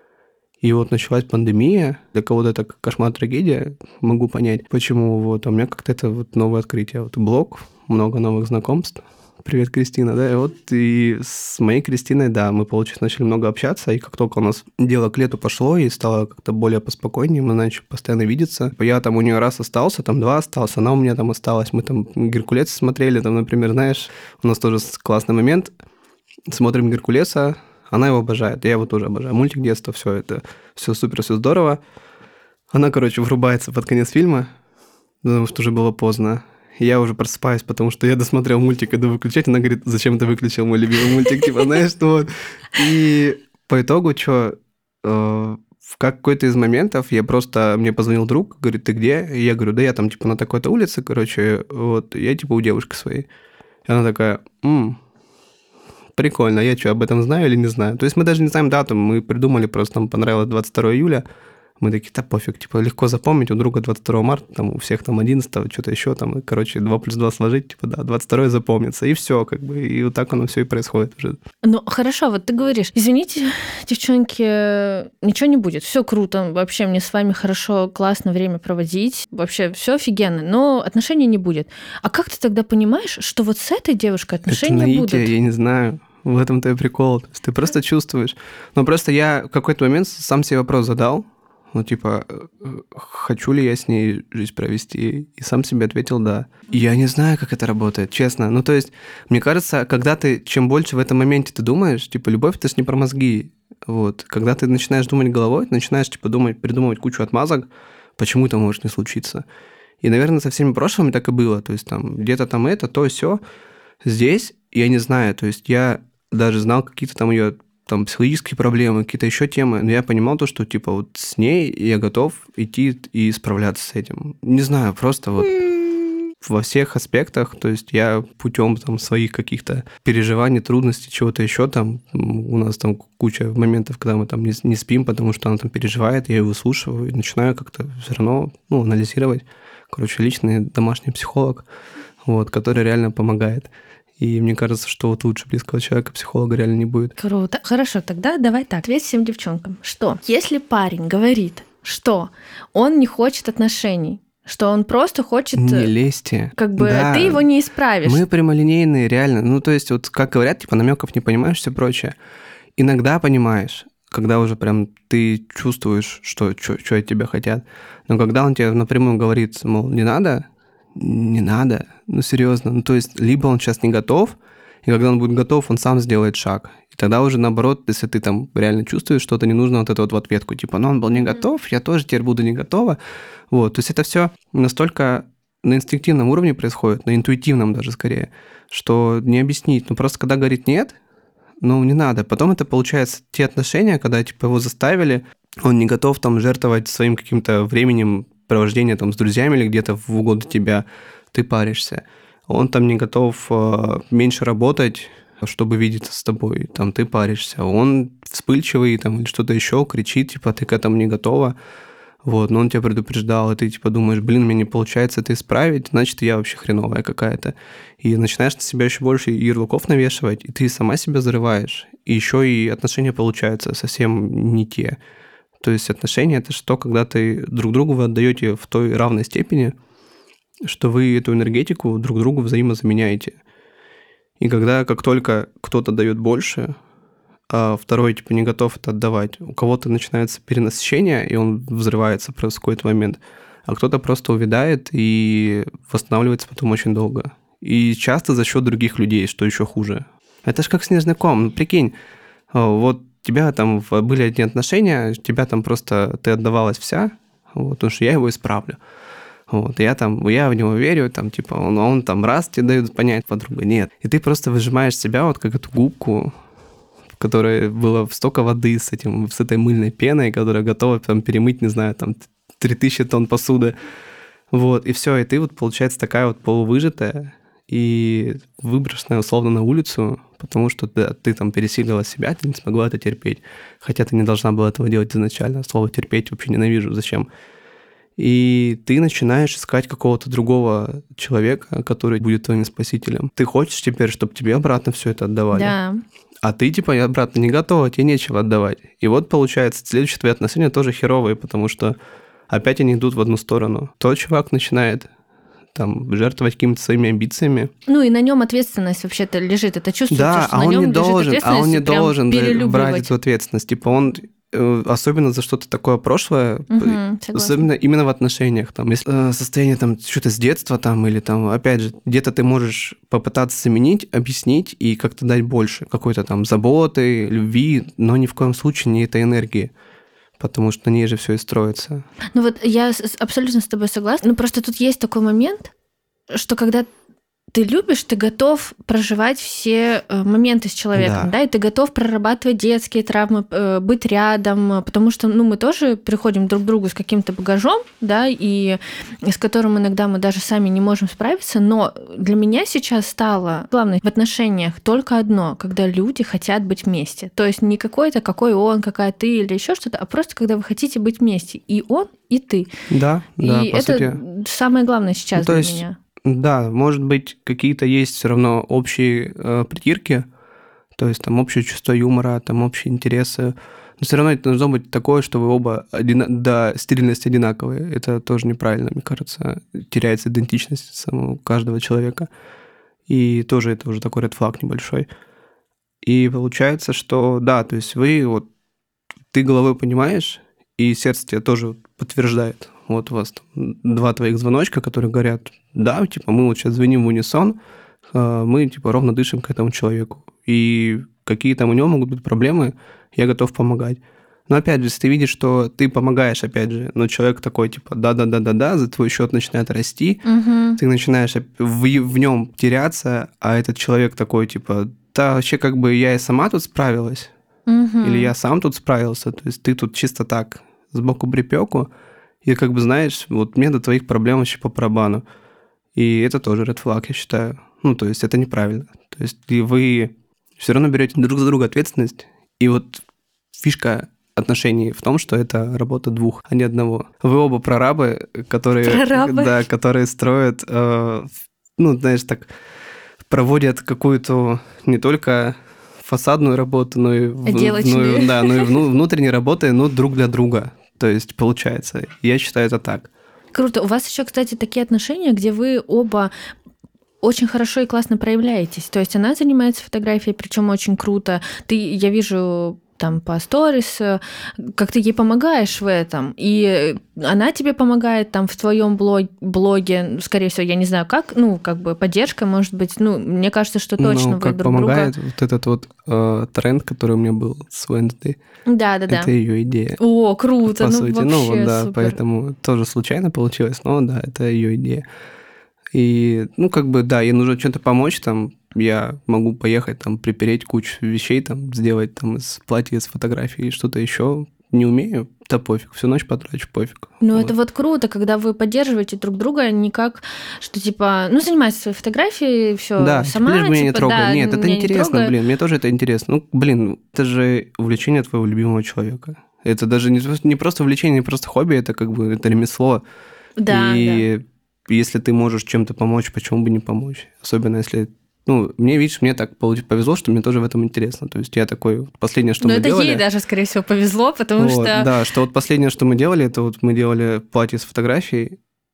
И вот началась пандемия, для кого-то это кошмар, трагедия, могу понять, почему. Вот, а у меня как-то это вот новое открытие. Вот блог, много новых знакомств. Привет, Кристина, да, и вот и с моей Кристиной, да, мы, получается, начали много общаться, и как только у нас дело к лету пошло, и стало как-то более поспокойнее, мы начали постоянно видеться. Я там у нее раз остался, там 2 остался, она у меня там осталась, мы там «Геркулес» смотрели, там, например, знаешь, у нас тоже классный момент, смотрим «Геркулеса», она его обожает, я его тоже обожаю, мультик детства, все это, все супер, все здорово. Она, короче, врубается под конец фильма, потому что уже было поздно. Я уже просыпаюсь, потому что я досмотрел мультик, иду выключать, она говорит, зачем ты выключил мой любимый мультик, типа, знаешь, что вот. И по итогу, в какой-то из моментов мне позвонил друг, говорит, ты где? И я говорю, да я там, типа, на такой-то улице, короче, вот, я, типа, у девушки своей. И она такая, прикольно, я об этом знаю или не знаю? То есть мы даже не знаем дату, мы придумали, просто нам понравилось 22 июля, мы такие, да пофиг, типа, легко запомнить, у друга 22 марта, там, у всех там 11, что-то еще там, и, короче, 2 плюс 2 сложить, типа, да, 22 запомнится, и все, как бы, и вот так оно все и происходит уже. Ну, хорошо, вот ты говоришь, извините, девчонки, ничего не будет, все круто, вообще мне с вами хорошо, классно время проводить, вообще все офигенно, но отношений не будет. А как ты тогда понимаешь, что вот с этой девушкой отношения будут? Я не знаю. В этом-то и прикол. То есть ты просто чувствуешь. Но просто я в какой-то момент сам себе вопрос задал, ну, типа, хочу ли я с ней жизнь провести? И сам себе ответил «да». И я не знаю, как это работает, честно. Ну, то есть, мне кажется, когда чем больше в этом моменте ты думаешь, типа, любовь – это ж не про мозги. Вот. Когда ты начинаешь думать головой, ты начинаешь, типа, придумывать кучу отмазок, почему это может не случиться. И, наверное, со всеми прошлыми так и было. То есть, там, где-то там это, то, сё. Здесь я не знаю. То есть, я даже знал какие-то там ее там психологические проблемы, какие-то еще темы, но я понимал то, что типа вот с ней я готов идти и справляться с этим. Не знаю, просто вот во всех аспектах, то есть я путем там своих каких-то переживаний, трудностей, чего-то еще там, у нас там куча моментов, когда мы там не спим, потому что она там переживает, я ее выслушиваю и начинаю как-то все равно, анализировать. Короче, личный домашний психолог, вот, который реально помогает. И мне кажется, что вот лучше близкого человека психолога реально не будет. Круто. Хорошо, тогда давай так. Ответь всем девчонкам. Что? Если парень говорит, что он не хочет отношений, что он просто хочет... Не лезьте. Как бы да. Ты его не исправишь. Мы прямолинейные, реально. Ну, то есть, вот как говорят, типа, намеков не понимаешь, все прочее. Иногда понимаешь, когда уже прям ты чувствуешь, что от тебя хотят. Но когда он тебе напрямую говорит, мол, не надо, ну серьезно, ну то есть либо он сейчас не готов, и когда он будет готов, он сам сделает шаг. И тогда уже наоборот, если ты там реально чувствуешь что-то, не нужно вот это вот в ответку, типа, ну он был не готов, я тоже теперь буду не готова. Вот, то есть это все настолько на инстинктивном уровне происходит, на интуитивном даже скорее, что не объяснить. Ну просто когда говорит нет, ну не надо. Потом это получается те отношения, когда типа его заставили, он не готов там жертвовать своим каким-то временем, провождение там с друзьями или где-то в угоду тебя, ты паришься. Он там не готов меньше работать чтобы видеться с тобой. Там ты паришься, он вспыльчивый там, или что-то еще, кричит, типа, ты к этому не готова. Вот, но он тебя предупреждал, и ты типа думаешь, блин, мне не получается это исправить, значит, я вообще хреновая какая-то. И начинаешь на себя еще больше ярлыков навешивать, и ты сама себя зарываешь. И еще и отношения получаются совсем не те. То есть отношения — это что, когда ты друг другу вы отдаете в той равной степени, что вы эту энергетику друг другу взаимозаменяете. И когда, как только кто-то дает больше, а второй типа не готов это отдавать, у кого-то начинается перенасыщение, и он взрывается просто в какой-то момент, а кто-то просто увядает и восстанавливается потом очень долго. И часто за счет других людей, что еще хуже. Это ж как снежный ком. Ну, прикинь, вот у тебя там были одни отношения, тебя там просто, ты отдавалась вся, вот, потому что я его исправлю. Вот, я в него верю, там, типа, он там раз тебе дает понять, подруга нет. И ты просто выжимаешь себя вот как эту губку, в которой было столько воды с этой мыльной пеной, которая готова там перемыть, не знаю, там 3000 тонн посуды. Вот, и все, и ты вот, получается, такая вот полувыжатая и выброшенная условно на улицу, потому что ты там пересилила себя, ты не смогла это терпеть. Хотя ты не должна была этого делать изначально. Слово «терпеть» вообще ненавижу. Зачем? И ты начинаешь искать какого-то другого человека, который будет твоим спасителем. Ты хочешь теперь, чтобы тебе обратно все это отдавали. Да. А ты, типа, обратно не готова, тебе нечего отдавать. И вот, получается, следующие твои отношения тоже херовые, потому что опять они идут в одну сторону. Тот чувак начинает там жертвовать какими-то своими амбициями. Ну и на нем ответственность вообще-то лежит. Это чувствуется, да, что на нем лежит ответственность. А он не должен перелюбливать. брать эту ответственность. Типа он особенно за что-то такое прошлое, особенно именно в отношениях, там, если состояние там что-то с детства, там, или там, опять же, где-то ты можешь попытаться заменить, объяснить и как-то дать больше какой-то там заботы, любви, но ни в коем случае не этой энергии, потому что на ней же все и строится. Ну вот я абсолютно с тобой согласна, но просто тут есть такой момент, что когда ты любишь, ты готов проживать все моменты с человеком, да, и ты готов прорабатывать детские травмы, быть рядом, потому что, мы тоже приходим друг к другу с каким-то багажом, да, и с которым иногда мы даже сами не можем справиться, но для меня сейчас стало главное в отношениях только одно, когда люди хотят быть вместе, то есть не какой-то, какой он, какая ты или еще что-то, а просто когда вы хотите быть вместе, и он, и ты. Да, и это сути. Самое главное сейчас для меня. Да, может быть, какие-то есть все равно общие притирки, то есть там общее чувство юмора, там общие интересы, но все равно это должно быть такое, что вы оба до стерильности одинаковые. Это тоже неправильно, мне кажется. Теряется идентичность самого каждого человека. И тоже это уже такой ред флаг небольшой. И получается, что да, то есть ты головой понимаешь, и сердце тебя тоже подтверждает. Вот у вас там 2 твоих звоночка, которые говорят, да, типа мы вот сейчас звеним в унисон, мы типа ровно дышим к этому человеку. И какие там у него могут быть проблемы, я готов помогать. Но опять же, если ты видишь, что ты помогаешь, опять же, но человек такой типа да, за твой счет начинает расти, ты начинаешь в нем теряться, а этот человек такой типа, да, вообще как бы я и сама тут справилась, или я сам тут справился, то есть ты тут чисто так сбоку припеку, и как бы знаешь, вот мне до твоих проблем вообще по барабану. И это тоже red flag, я считаю. То есть это неправильно. То есть вы все равно берете друг за друга ответственность. И вот фишка отношений в том, что это работа 2, а не 1. Вы оба прорабы, которые строят, знаешь, так проводят какую-то не только фасадную работу, но и внутренние работы, но друг для друга. То есть, получается, я считаю это так. Круто. У вас еще, кстати, такие отношения, где вы оба очень хорошо и классно проявляетесь. То есть она занимается фотографией, причем очень круто. Я вижу там по сторис, как ты ей помогаешь в этом, и она тебе помогает там в твоем блоге, скорее всего, я не знаю как, поддержка, может быть, мне кажется, что точно вы как друг помогает друга... вот этот вот тренд, который у меня был с Wednesday. Да. Это ее идея. О, круто, по сути. Вообще супер. Поэтому тоже случайно получилось, но да, это ее идея. И, ей нужно что-то помочь, там, я могу поехать, там, припереть кучу вещей, там, сделать, там, из платья, из фотографий, что-то еще, не умею, да пофиг, всю ночь потрачу, пофиг. Ну, это вот круто, когда вы поддерживаете друг друга, а не как, что типа, занимайся своей фотографией, все Да, сама, лишь бы меня не типа, трогай. да, Нет, это меня не интересно, трогай. блин, мне тоже это интересно. Ну, блин, это же увлечение твоего любимого человека. Это даже не просто увлечение, не просто хобби, это как бы это ремесло. Да, И если ты можешь чем-то помочь, почему бы не помочь? Особенно если... мне так повезло, что мне тоже в этом интересно. То есть я такой... Последнее, что Но мы это делали... ей даже, скорее всего, повезло, потому Вот, что... Да, что вот последнее, что мы делали, это вот мы делали платье с фотографией,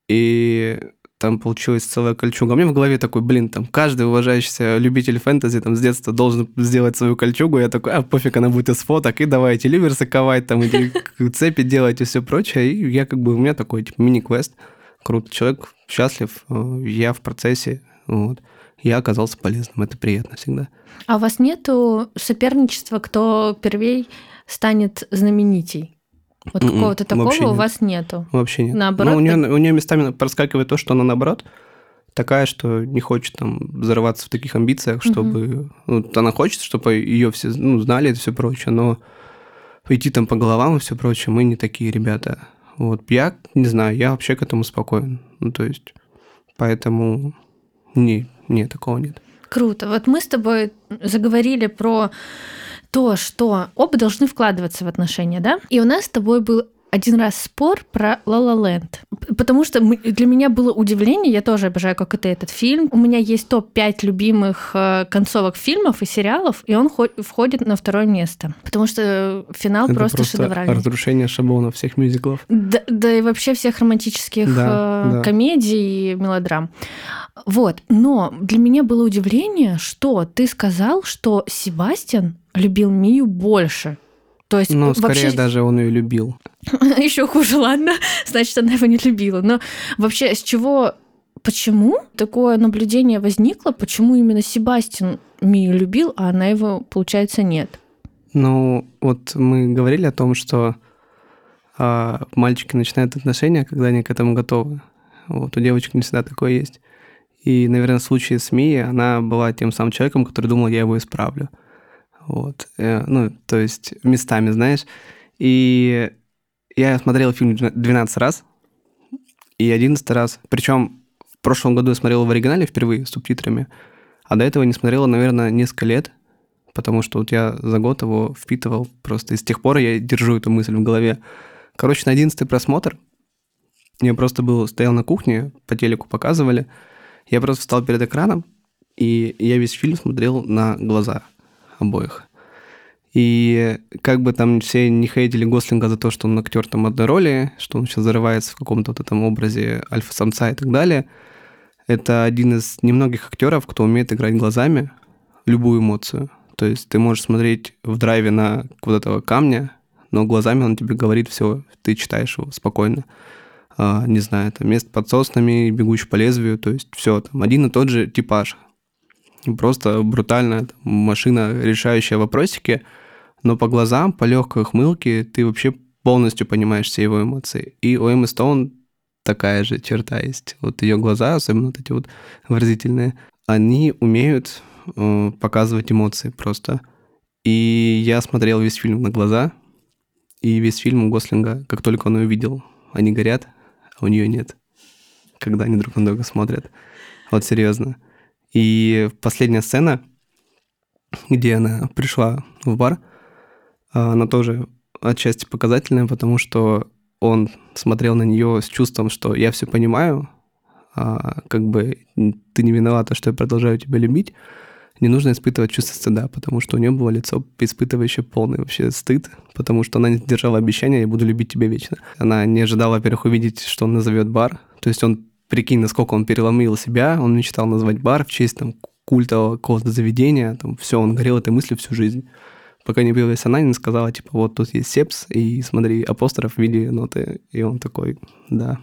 и там получилась целая кольчуга. А мне в голове такой, блин, там каждый уважающийся любитель фэнтези там с детства должен сделать свою кольчугу. Я такой, пофиг, она будет из фоток, и давайте ливерсы ковать, там эти цепи делать и все прочее. И я как бы, у меня такой типа мини-квест. Круто, человек счастлив, я в процессе, вот. Я оказался полезным, это приятно всегда. А у вас нету соперничества, кто первей станет знаменитей? Вот какого-то такого у вас нету? Вообще нет. Наоборот? У нее местами проскакивает то, что она наоборот такая, что не хочет там взорваться в таких амбициях, чтобы... она хочет, чтобы ее все знали и все прочее, но идти там по головам и все прочее, мы не такие ребята. Вот я не знаю, я вообще к этому спокоен. То есть, поэтому нет, такого нет. Круто. Вот мы с тобой заговорили про то, что оба должны вкладываться в отношения, да? И у нас с тобой был один раз спор про La La Land. Потому что для меня было удивление, я тоже обожаю, как это этот фильм. У меня есть топ-5 любимых концовок фильмов и сериалов, и он входит на второе место. Потому что финал это просто шедевральный. Разрушение шаблона всех мюзиклов. Да и вообще всех романтических комедий и мелодрам. Вот. Но для меня было удивление, что ты сказал, что Себастьян любил Мию больше. То есть, скорее вообще... даже он ее любил. Еще хуже, ладно. Значит, она его не любила. Но вообще, почему такое наблюдение возникло? Почему именно Себастьян Мию любил, а она его, получается, нет? Вот мы говорили о том, что мальчики начинают отношения, когда они к этому готовы. Вот, у девочек не всегда такое есть. И, наверное, в случае с Мией она была тем самым человеком, который думал, я его исправлю. Вот. То есть местами, знаешь. И я смотрел фильм 12 раз, и 11 раз. Причем в прошлом году я смотрел в оригинале впервые с субтитрами, а до этого не смотрел, наверное, несколько лет, потому что вот я за год его впитывал просто. И с тех пор я держу эту мысль в голове. Короче, на 11-й просмотр я просто стоял на кухне, по телеку показывали, я просто встал перед экраном, и я весь фильм смотрел на глаза обоих. И как бы там все не хейтили Гослинга за то, что он актер там одной роли, что он сейчас зарывается в каком-то вот этом образе альфа-самца и так далее, это один из немногих актеров, кто умеет играть глазами любую эмоцию. То есть ты можешь смотреть в драйве на вот этого камня, но глазами он тебе говорит все, ты читаешь его спокойно. Не знаю, там место под соснами, бегущий по лезвию, то есть все, там один и тот же типаж. Просто брутальная машина, решающая вопросики, но по глазам, по легкой ухмылке ты вообще полностью понимаешь все его эмоции. И у Эммы Стоун такая же черта есть. Вот ее глаза, особенно вот эти вот выразительные, они умеют показывать эмоции просто. И я смотрел весь фильм на глаза, и весь фильм у Гослинга, как только он ее увидел, они горят, а у нее нет, когда они друг на друга смотрят. Вот серьезно. И последняя сцена, где она пришла в бар, она тоже отчасти показательная, потому что он смотрел на нее с чувством, что я все понимаю, как бы ты не виновата, что я продолжаю тебя любить. Не нужно испытывать чувство стыда, потому что у нее было лицо испытывающее полный вообще стыд, потому что она не сдержала обещания, я буду любить тебя вечно. Она не ожидала, во-первых, увидеть, что он назовет бар. То есть он, прикинь, насколько он переломил себя, он мечтал назвать бар в честь там культового какого-то заведения, там все, он горел этой мыслью всю жизнь. Пока не появилась она, не сказала, типа, вот тут есть сепс, и смотри, апостроф в виде ноты. И он такой, да.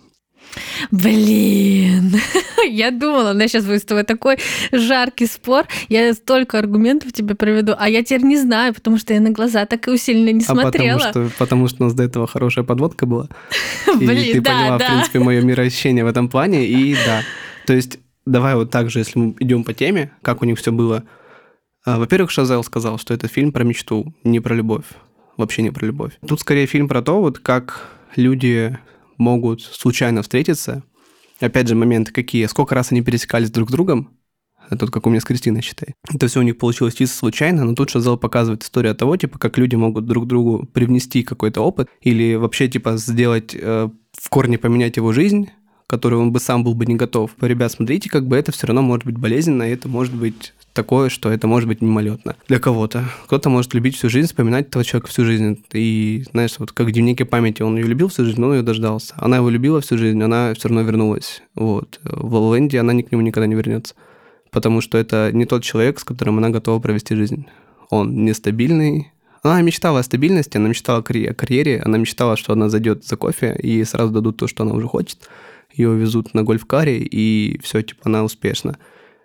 Блин, я думала, у нас сейчас будет с тобой такой жаркий спор, я столько аргументов тебе проведу, а я теперь не знаю, потому что я на глаза так и сильно не смотрела. Потому что у нас до этого хорошая подводка была. Блин, и ты поняла, в принципе, мое мироощущение в этом плане, и да. То есть давай вот так же, если мы идем по теме, как у них все было. Во-первых, Шазел сказал, что это фильм про мечту, не про любовь. вообще не про любовь. Тут скорее фильм про то, вот как люди могут случайно встретиться. Опять же, моменты какие. Сколько раз они пересекались друг с другом. Это как у меня с Кристиной, считай. Это все у них получилось чисто случайно, но тут Шазел показывает историю того, типа, как люди могут друг другу привнести какой-то опыт или вообще, типа, сделать, в корне поменять его жизнь, которую он бы сам был бы не готов. Ребят, смотрите, как бы это все равно может быть болезненно, и это может быть такое, что это может быть мимолетно для кого-то. Кто-то может любить всю жизнь, вспоминать этого человека всю жизнь. И, знаешь, вот как в дневнике памяти, он ее любил всю жизнь, но он ее дождался. Она его любила всю жизнь, она все равно вернулась. Вот. В «Ла Ла Ленде» она к нему никогда не вернется. Потому что это не тот человек, с которым она готова провести жизнь. Он нестабильный. Она мечтала о стабильности, она мечтала о карьере, она мечтала, что она зайдет за кофе и сразу дадут то, что она уже хочет. Ее везут на гольф-каре, и все, типа, она успешна.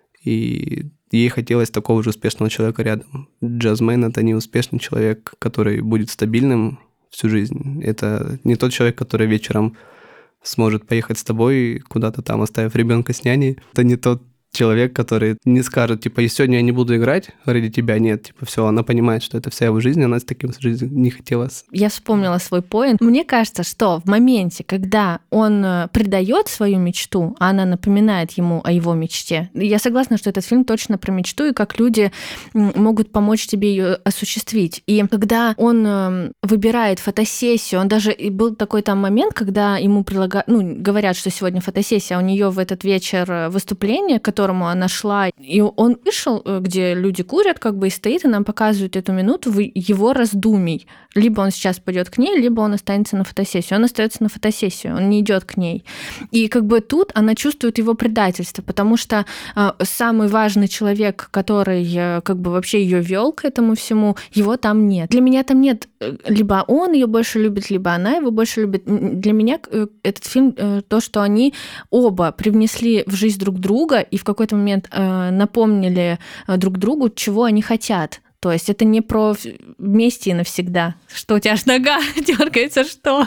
И ей хотелось такого же успешного человека рядом. Джазмен — это не успешный человек, который будет стабильным всю жизнь. Это не тот человек, который вечером сможет поехать с тобой куда-то там, оставив ребенка с няней. Это не тот человек, который не скажет, типа, сегодня я не буду играть ради тебя. Нет, типа, все, она понимает, что это вся его жизнь, она с таким жизнью не хотела. Я вспомнила свой поинт. Мне кажется, что в моменте, когда он предает свою мечту, а она напоминает ему о его мечте, я согласна, что этот фильм точно про мечту и как люди могут помочь тебе ее осуществить. И когда он выбирает фотосессию, он даже и был такой там момент, когда ему говорят, что сегодня фотосессия, а у нее в этот вечер выступление, к которому она шла, и он вышел, где люди курят, как бы, и стоит, и нам показывают эту минуту его раздумий. Либо он сейчас пойдет к ней, либо он останется на фотосессию. Он остается на фотосессию, он не идет к ней. И как бы тут она чувствует его предательство, потому что самый важный человек, который как бы вообще ее вел к этому всему, его там нет. Для меня там нет, либо он ее больше любит, либо она его больше любит. Для меня этот фильм то, что они оба привнесли в жизнь друг друга и в какой-то момент напомнили друг другу, чего они хотят. То есть это не про вместе и навсегда. Что у тебя аж нога дергается, что?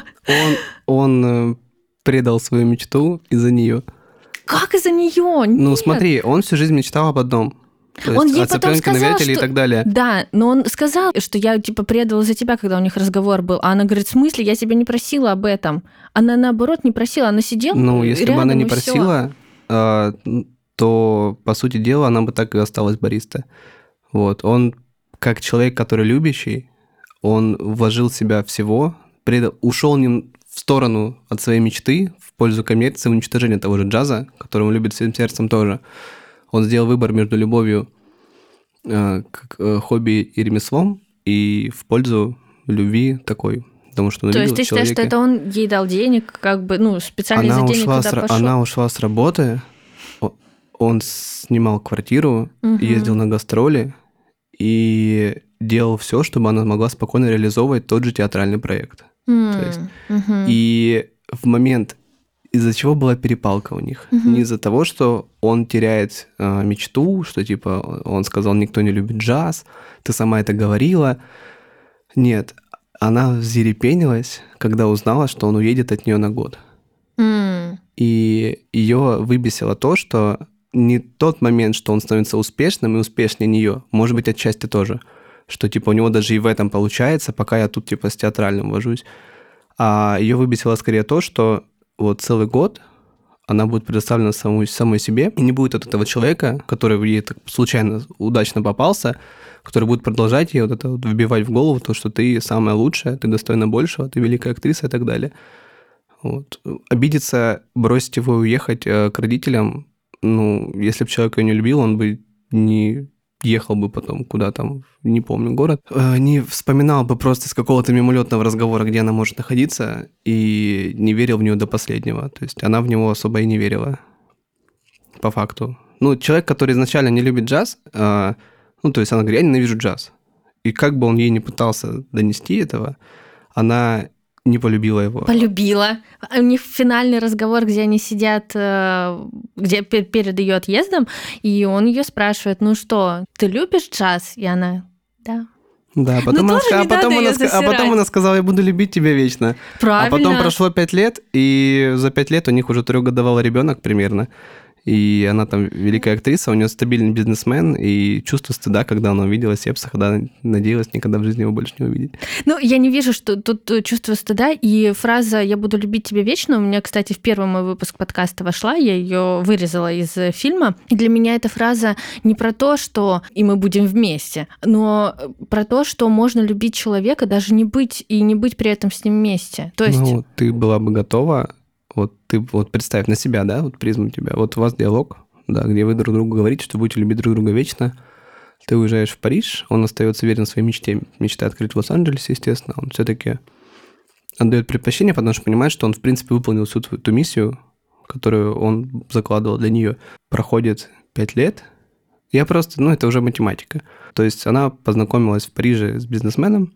Он предал свою мечту из-за нее. Как из-за нее? Ну смотри, он всю жизнь мечтал об одном. То есть он ей о потом цыпленке на сказал, вертеле что... и так далее. Да, но он сказал, что я типа предал из-за тебя, когда у них разговор был. А она говорит, в смысле, я тебя не просила об этом. Она наоборот не просила, она сидела рядом. Ну, если бы она не и просила, то, по сути дела, она бы так и осталась бариста. Вот. Он, как человек, который любящий, он вложил в себя всего, ушел не в сторону от своей мечты, в пользу коммерции, в уничтожение того же джаза, который он любит всем сердцем тоже. Он сделал выбор между любовью к хобби и ремеслом и в пользу любви такой. Потому что он То любил есть ты считаешь, что это он ей дал денег, как бы, ну, специально из-за денег туда пошел? Она ушла с работы, он снимал квартиру, ездил на гастроли и делал все, чтобы она могла спокойно реализовывать тот же театральный проект. То есть, и в момент, из-за чего была перепалка у них, не из-за того, что он теряет мечту, что типа он сказал, никто не любит джаз, ты сама это говорила. Нет, она взъерепенилась, когда узнала, что он уедет от нее на год. И ее выбесило то, что не тот момент, что он становится успешным и успешнее нее, может быть, отчасти тоже, что типа у него даже и в этом получается, пока я тут типа с театральным вожусь. А ее выбесило скорее то, что вот целый год она будет предоставлена самой себе, и не будет от этого человека, который ей так случайно, удачно попался, который будет продолжать ей вот это вот вбивать в голову, то, что ты самая лучшая, ты достойна большего, ты великая актриса и так далее. Вот. Обидеться, бросить его и уехать к родителям, ну, если бы человек ее не любил, он бы не ехал бы потом куда там, не помню, город, не вспоминал бы просто с какого-то мимолетного разговора, где она может находиться, и не верил в нее до последнего. То есть она в него особо и не верила, по факту. Ну, человек, который изначально не любит джаз, ну, то есть она говорит, я ненавижу джаз. И как бы он ей не пытался донести этого, она не полюбила его. Полюбила. У них финальный разговор, где они сидят, где перед ее отъездом, и он ее спрашивает, ну что, ты любишь джаз? И она, да. Да, потом она сказала, я буду любить тебя вечно. Правильно. А потом прошло 5 лет, и за 5 лет у них уже 3-годовалый ребенок примерно. и она там великая актриса, у нее стабильный бизнесмен, и чувство стыда, когда она увидела Сепса, когда она надеялась никогда в жизни его больше не увидеть. Ну, я не вижу, что тут чувство стыда, и фраза «я буду любить тебя вечно» у меня, кстати, в первый мой выпуск подкаста вошла, я ее вырезала из фильма, и для меня эта фраза не про то, что «и мы будем вместе», но про то, что можно любить человека, даже не быть при этом с ним вместе. То есть... Ну, ты была бы готова, вот ты вот представь на себя, да, вот призму тебя, вот у вас диалог, да, где вы друг другу говорите, что будете любить друг друга вечно, ты уезжаешь в Париж, он остается верен своей мечте, мечта открыть в Лос-Анджелесе, естественно, он все-таки отдает предпочтение, потому что понимает, что он, в принципе, выполнил всю ту миссию, которую он закладывал для нее. Проходит 5 лет, я просто, это уже математика. То есть она познакомилась в Париже с бизнесменом,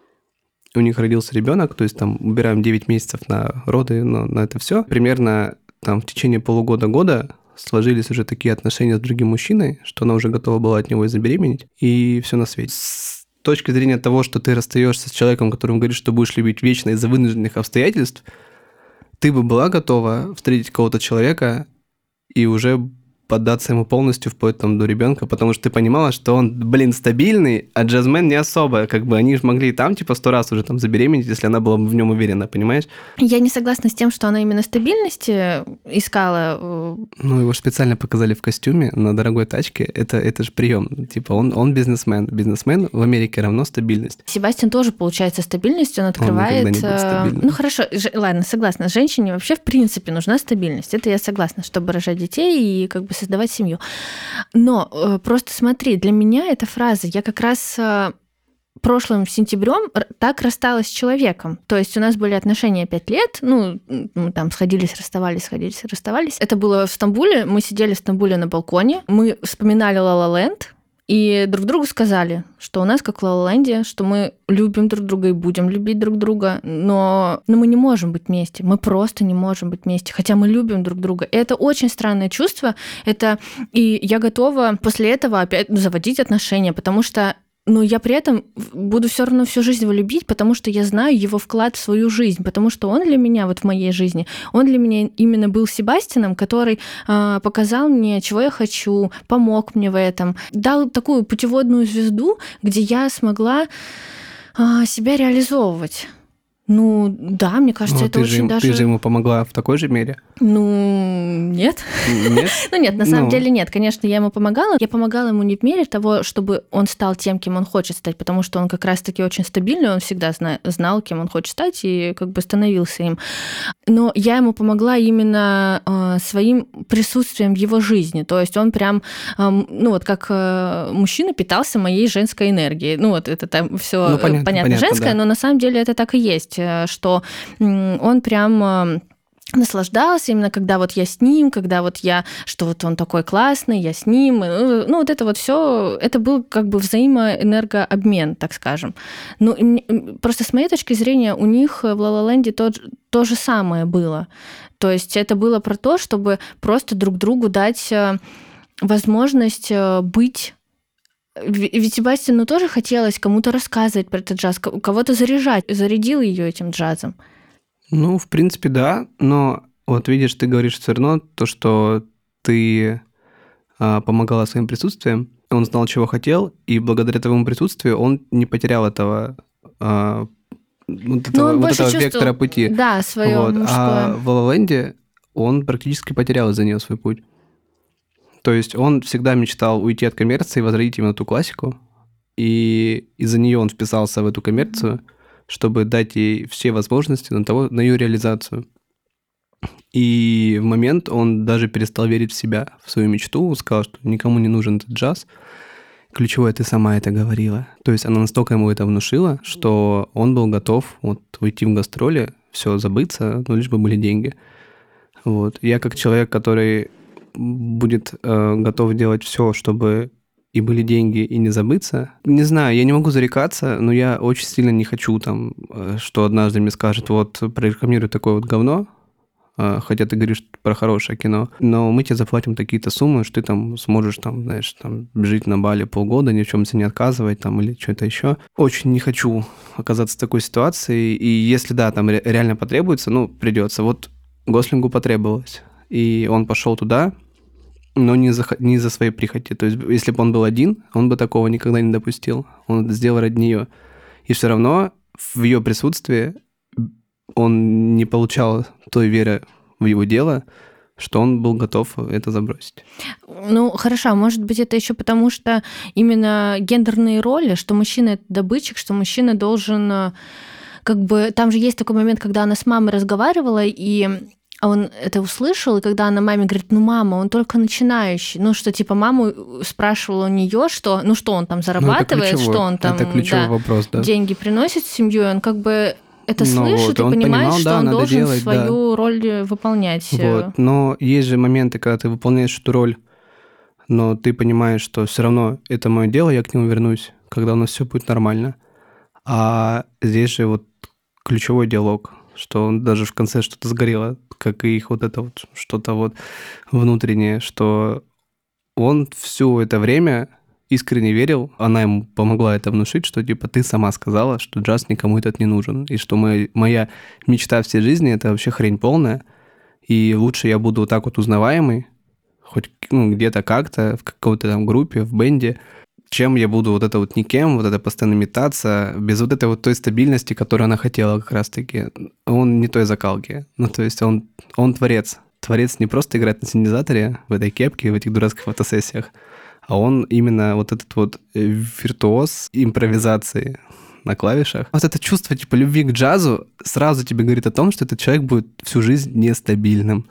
у них родился ребенок, то есть там убираем 9 месяцев на роды, на это все. Примерно там в течение полугода-года сложились уже такие отношения с другим мужчиной, что она уже готова была от него и забеременеть, и все на свете. С точки зрения того, что ты расстаешься с человеком, которому говоришь, что будешь любить вечно из-за вынужденных обстоятельств, ты бы была готова встретить кого-то человека и уже поддаться ему полностью вплоть там до ребенка, потому что ты понимала, что он, стабильный, а Джазмен не особо, они же могли там 100 раз уже там забеременеть, если она была бы в нем уверена, понимаешь? Я не согласна с тем, что она именно стабильности искала. Его специально показали в костюме на дорогой тачке, это же прием, он бизнесмен, бизнесмен в Америке равно стабильность. Себастьян тоже получается стабильность, он открывает... Он никогда не был стабильным. Ну хорошо, ладно, согласна, женщине вообще в принципе нужна стабильность, это я согласна, чтобы рожать детей и создавать семью. Но просто смотри, для меня эта фраза, я как раз прошлым сентябрем так рассталась с человеком. То есть у нас были отношения 5 лет, там сходились, расставались. Это было в Стамбуле, мы сидели в Стамбуле на балконе, мы вспоминали «Ла Ла Ленд», и друг другу сказали, что у нас как в «Ла Ла Ленде», что мы любим друг друга и будем любить друг друга, но мы не можем быть вместе, мы просто не можем быть вместе, хотя мы любим друг друга. И это очень странное чувство, и я готова после этого опять заводить отношения, потому что я при этом буду все равно всю жизнь его любить, потому что я знаю его вклад в свою жизнь, потому что он для меня, в моей жизни, он для меня именно был Себастьяном, который показал мне, чего я хочу, помог мне в этом, дал такую путеводную звезду, где я смогла себя реализовывать. Да, мне кажется, это очень даже... Ты же ему помогла в такой же мере? Нет. Нет? Нет, на самом деле нет. Конечно, я ему помогала. Я помогала ему не в мере того, чтобы он стал тем, кем он хочет стать, потому что он как раз-таки очень стабильный, он всегда знал, кем он хочет стать, и становился им. Но я ему помогла именно своим присутствием в его жизни. То есть он прям, как мужчина питался моей женской энергией. Это там все понятно женское, да. Но на самом деле это так и есть, что он прям наслаждался именно, когда я с ним, когда что он такой классный, я с ним. Это все, это был взаимоэнергообмен, так скажем. Просто с моей точки зрения у них в «Ла Ла Ленде» то же самое было. То есть это было про то, чтобы просто друг другу дать возможность быть. Ведь Себастьяну тоже хотелось кому-то рассказывать про этот джаз, кого-то заряжать. Зарядил ее этим джазом. В принципе, да. Но видишь, ты говоришь все равно то, что ты помогала своим присутствием. Он знал, чего хотел, и благодаря твоему присутствию он не потерял этого вектора пути. Да, свое мужское. А в «Ла Ла Ленде» он практически потерял из-за нее свой путь. То есть он всегда мечтал уйти от коммерции и возродить именно ту классику. И из-за нее он вписался в эту коммерцию, чтобы дать ей все возможности на ее реализацию. И в момент он даже перестал верить в себя, в свою мечту, сказал, что никому не нужен этот джаз. Ключевое, ты сама это говорила. То есть она настолько ему это внушила, что он был готов уйти в гастроли, все забыться, лишь бы были деньги. Я как человек, который будет готов делать все, чтобы и были деньги, и не забыться. Не знаю, я не могу зарекаться, но я очень сильно не хочу что однажды мне скажет, прорекламируй такое говно, хотя ты говоришь про хорошее кино, но мы тебе заплатим такие-то суммы, что ты сможешь жить на Бали полгода, ни в чем себе не отказывать или что-то еще. Очень не хочу оказаться в такой ситуации, и если реально потребуется, придется. Гослингу потребовалось, и он пошел туда, но не из-за своей прихоти. То есть, если бы он был один, он бы такого никогда не допустил. Он это сделал ради нее. И все равно в ее присутствии он не получал той веры в его дело, что он был готов это забросить. Ну, хорошо, может быть, это еще потому, что именно гендерные роли, что мужчина — это добытчик, что мужчина должен... Как бы там же есть такой момент, когда она с мамой разговаривала, и он это услышал, и когда она маме говорит, ну, мама, он только начинающий. Ну, что, типа, маму спрашивала у нее, что, ну, что он там зарабатывает, что он там вопрос, да. деньги приносит в семью, и он как бы это слышит вот, и понимает, понимал, что да, он должен делать, свою роль выполнять. Вот. Но есть же моменты, когда ты выполняешь эту роль, но ты понимаешь, что все равно это мое дело, я к нему вернусь, когда у нас все будет нормально. А здесь же вот ключевой диалог, что он даже в конце что-то сгорело, как и их вот это вот что-то вот внутреннее, что он все это время искренне верил, она ему помогла это внушить, что типа ты сама сказала, что джаз никому этот не нужен, и что моя мечта всей жизни — это вообще хрень полная, и лучше я буду вот так вот узнаваемый, хоть где-то как-то, в какой-то там группе, в бенде, чем я буду вот это вот никем, вот это постоянно метаться, без вот этой вот той стабильности, которую она хотела как раз-таки. Он не той закалки. Ну, то есть он творец. Творец не просто играет на синтезаторе в этой кепке, в этих дурацких фотосессиях, а он именно вот этот вот виртуоз импровизации на клавишах. Вот это чувство типа любви к джазу сразу тебе говорит о том, что этот человек будет всю жизнь нестабильным.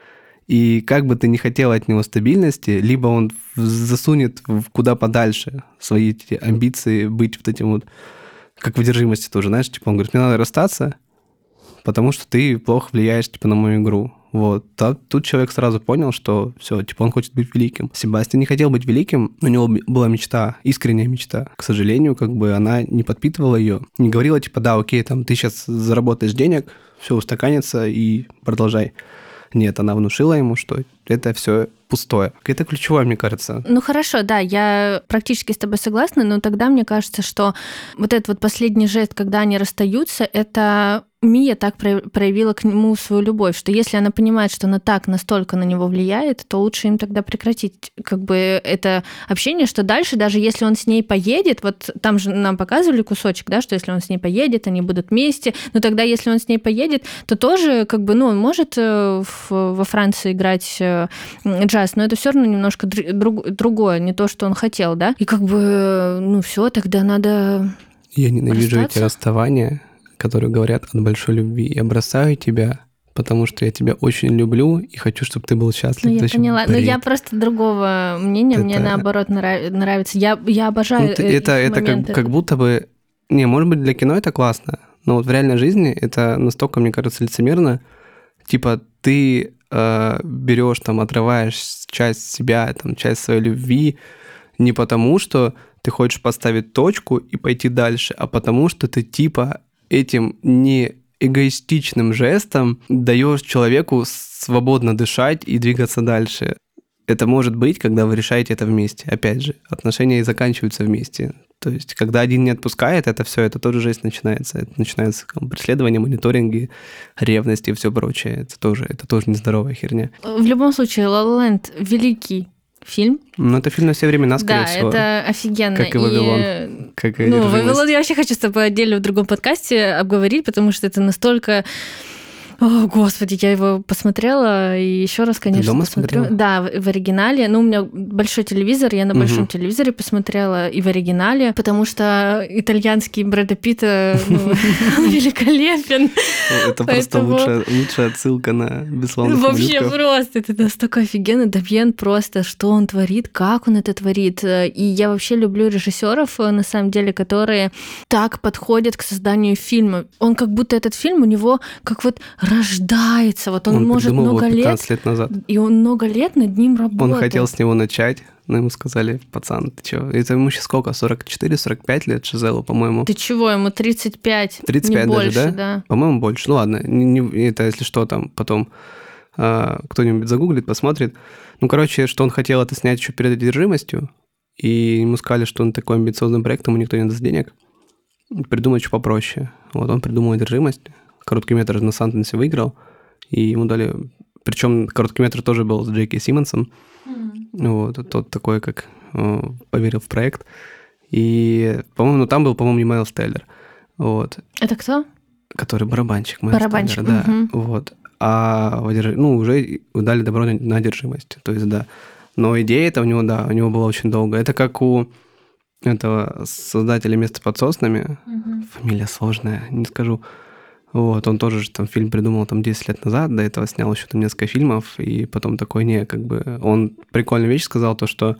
И как бы ты ни хотел от него стабильности, либо он засунет куда подальше свои эти амбиции быть вот этим вот, как в одержимости тоже, знаешь, типа он говорит, мне надо расстаться, потому что ты плохо влияешь типа на мою игру. Вот. Тут человек сразу понял, что все, типа он хочет быть великим. Себастьян не хотел быть великим, у него была мечта, искренняя мечта. К сожалению, как бы она не подпитывала ее, не говорила типа, да, окей, там ты сейчас заработаешь денег, все устаканится и продолжай. Нет, она внушила ему, что это все пустое. Это ключевое, мне кажется. Ну хорошо, да, я практически с тобой согласна, но тогда мне кажется, что вот этот вот последний жест, когда они расстаются, это Мия так проявила к нему свою любовь, что если она понимает, что она так настолько на него влияет, то лучше им тогда прекратить как бы это общение, что дальше, даже если он с ней поедет, вот там же нам показывали кусочек, да, что если он с ней поедет, они будут вместе, но тогда, если он с ней поедет, то тоже как бы, ну, он может во Франции играть джаз, но это все равно немножко другое, не то, что он хотел, да, и как бы, ну, все, тогда надо Я ненавижу расстаться. эти расставания, которые говорят от большой любви. Я бросаю тебя, потому что я тебя очень люблю и хочу, чтобы ты был счастлив. Ну, я поняла. Но я просто другого мнения. Мне наоборот нравится. Я обожаю это как будто бы... Не, может быть, для кино это классно, но вот в реальной жизни это настолько, мне кажется, лицемерно. Типа ты берешь, там, отрываешь часть себя, там, часть своей любви не потому, что ты хочешь поставить точку и пойти дальше, а потому, что ты типа этим не эгоистичным жестом даешь человеку свободно дышать и двигаться дальше. Это может быть, когда вы решаете это вместе. Опять же, отношения и заканчиваются вместе. То есть, когда один не отпускает, это все, это тоже жесть начинается. Это начинается преследование, мониторинги, ревность и все прочее. Это тоже нездоровая херня. В любом случае, La La Land великий фильм. Ну, это фильм на все времена, скорее всего. Да, это офигенно. Как и «Вавилон». Как и «Вавилон» я вообще хочу с тобой отдельно в другом подкасте обговорить, потому что это настолько... О, Господи, я его посмотрела и еще раз, конечно, дома посмотрю. смотрела? Да, в оригинале. Ну, у меня большой телевизор, я на большом телевизоре посмотрела и в оригинале, потому что итальянский Брэда Питта великолепен. Это просто лучшая отсылка на «Бесславных ублюдков». Вообще просто, это настолько офигенно. Дамьен просто, что он творит, как он это творит. И я вообще люблю режиссеров, на самом деле, которые так подходят к созданию фильма. Он как будто этот фильм у него как вот рождается. Вот он может много лет. 15 лет назад. И он много лет над ним работал. Он хотел с него начать, но ему сказали, пацан, ты чё? Это ему сейчас сколько? 44-45 лет Жизелу, по-моему. Ты чего? Ему 35. 35 не даже, больше, да? По-моему, больше. Ну ладно, это если что, там потом кто-нибудь загуглит, посмотрит. Ну, короче, что он хотел это снять еще перед «Одержимостью», и ему сказали, что он такой амбициозный проект, ему никто не даст денег. Придумать что попроще. Вот он придумал «Одержимость», короткий метр на Санденсе выиграл, и ему дали... Причем короткий метр тоже был с Джейки Симмонсом. Вот, тот такой, как поверил в проект. И, по-моему, там был, не Майлз Теллер. Вот. Это кто? Который барабанщик. Майлз Барабанщик, Теллер, да. Вот. А уже дали добро на одержимость. То есть, да. Но идея это у него была очень долго. Это как у этого создателя «Место под соснами». Фамилия сложная, не скажу. Вот, он тоже же там фильм придумал 10 лет назад, до этого снял еще там несколько фильмов, и потом такой, он прикольную вещь сказал, то, что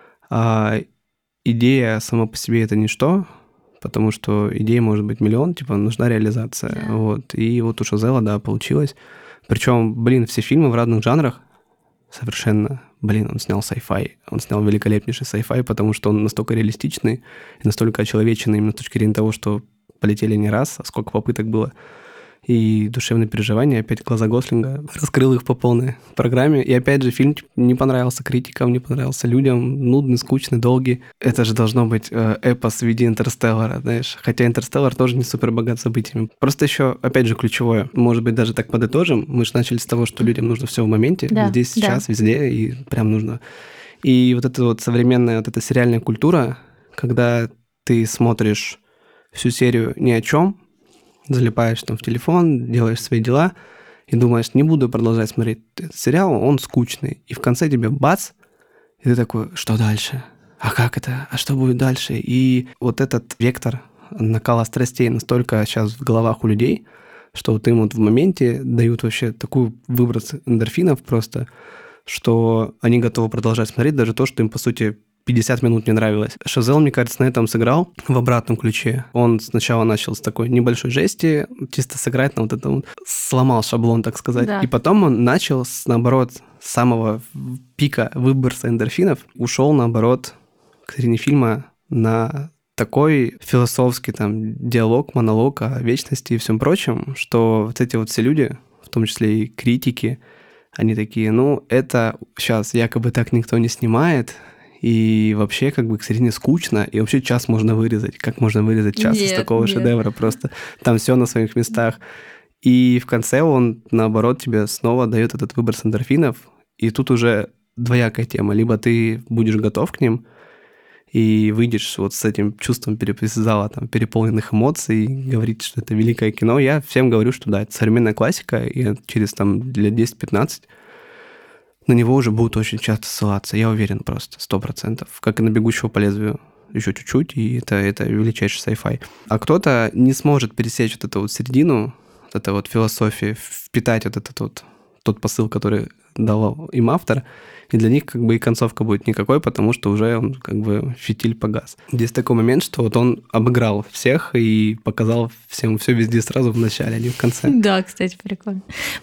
идея сама по себе это ничто, потому что идей может быть миллион, нужна реализация. Yeah. Вот. И вот у Шазела, да, получилось. Причем, все фильмы в разных жанрах совершенно. Он снял sci-fi, он снял великолепнейший sci-fi, потому что он настолько реалистичный и настолько очеловеченный именно с точки зрения того, что полетели не раз, а сколько попыток было. И душевные переживания, опять глаза Гослинга, раскрыл их по полной программе. И опять же, фильм не понравился критикам, не понравился людям, нудный, скучный, долгий. Это же должно быть эпос в виде «Интерстеллара», знаешь. Хотя «Интерстеллар» тоже не супер богат событиями. Просто еще, опять же, ключевое, может быть, даже так подытожим, мы же начали с того, что людям нужно все в моменте, да, здесь, сейчас, везде, и прям нужно. И вот эта вот современная вот эта сериальная культура, когда ты смотришь всю серию ни о чем, залипаешь там в телефон, делаешь свои дела и думаешь, не буду продолжать смотреть этот сериал, он скучный. И в конце тебе бац, и ты такой, что дальше? А как это? А что будет дальше? И вот этот вектор накала страстей настолько сейчас в головах у людей, что вот им вот в моменте дают вообще такой выброс эндорфинов просто, что они готовы продолжать смотреть даже то, что им, по сути, 50 минут не нравилось. Шазел, мне кажется, на этом сыграл в обратном ключе. Он сначала начал с такой небольшой жести, чисто сыграть на вот это, сломал шаблон, так сказать. Да. И потом он начал, наоборот, с самого пика выброса эндорфинов, ушел, наоборот, к середине фильма на такой философский диалог, монолог о вечности и всем прочем, что вот эти вот все люди, в том числе и критики, они такие, это сейчас якобы так никто не снимает, и вообще к середине скучно, и вообще час можно вырезать. Как можно вырезать час из такого шедевра? Просто там все на своих местах. И в конце он, наоборот, тебе снова дает этот выброс эндорфинов, и тут уже двоякая тема. Либо ты будешь готов к ним, и выйдешь вот с этим чувством из зала переполненных эмоций, и говорить, что это великое кино. Я всем говорю, что да, это современная классика, и через лет 10-15 на него уже будут очень часто ссылаться, я уверен просто, 100%. Как и на «Бегущего по лезвию». Еще чуть-чуть, и это величайший sci-fi. А кто-то не сможет пересечь вот эту вот середину, вот эту вот философию, впитать вот этот вот тот посыл, который дал им автор, и для них и концовка будет никакой, потому что уже он фитиль погас. Здесь такой момент, что вот он обыграл всех и показал всем все везде сразу в начале, а не в конце. Да, кстати, прикольно.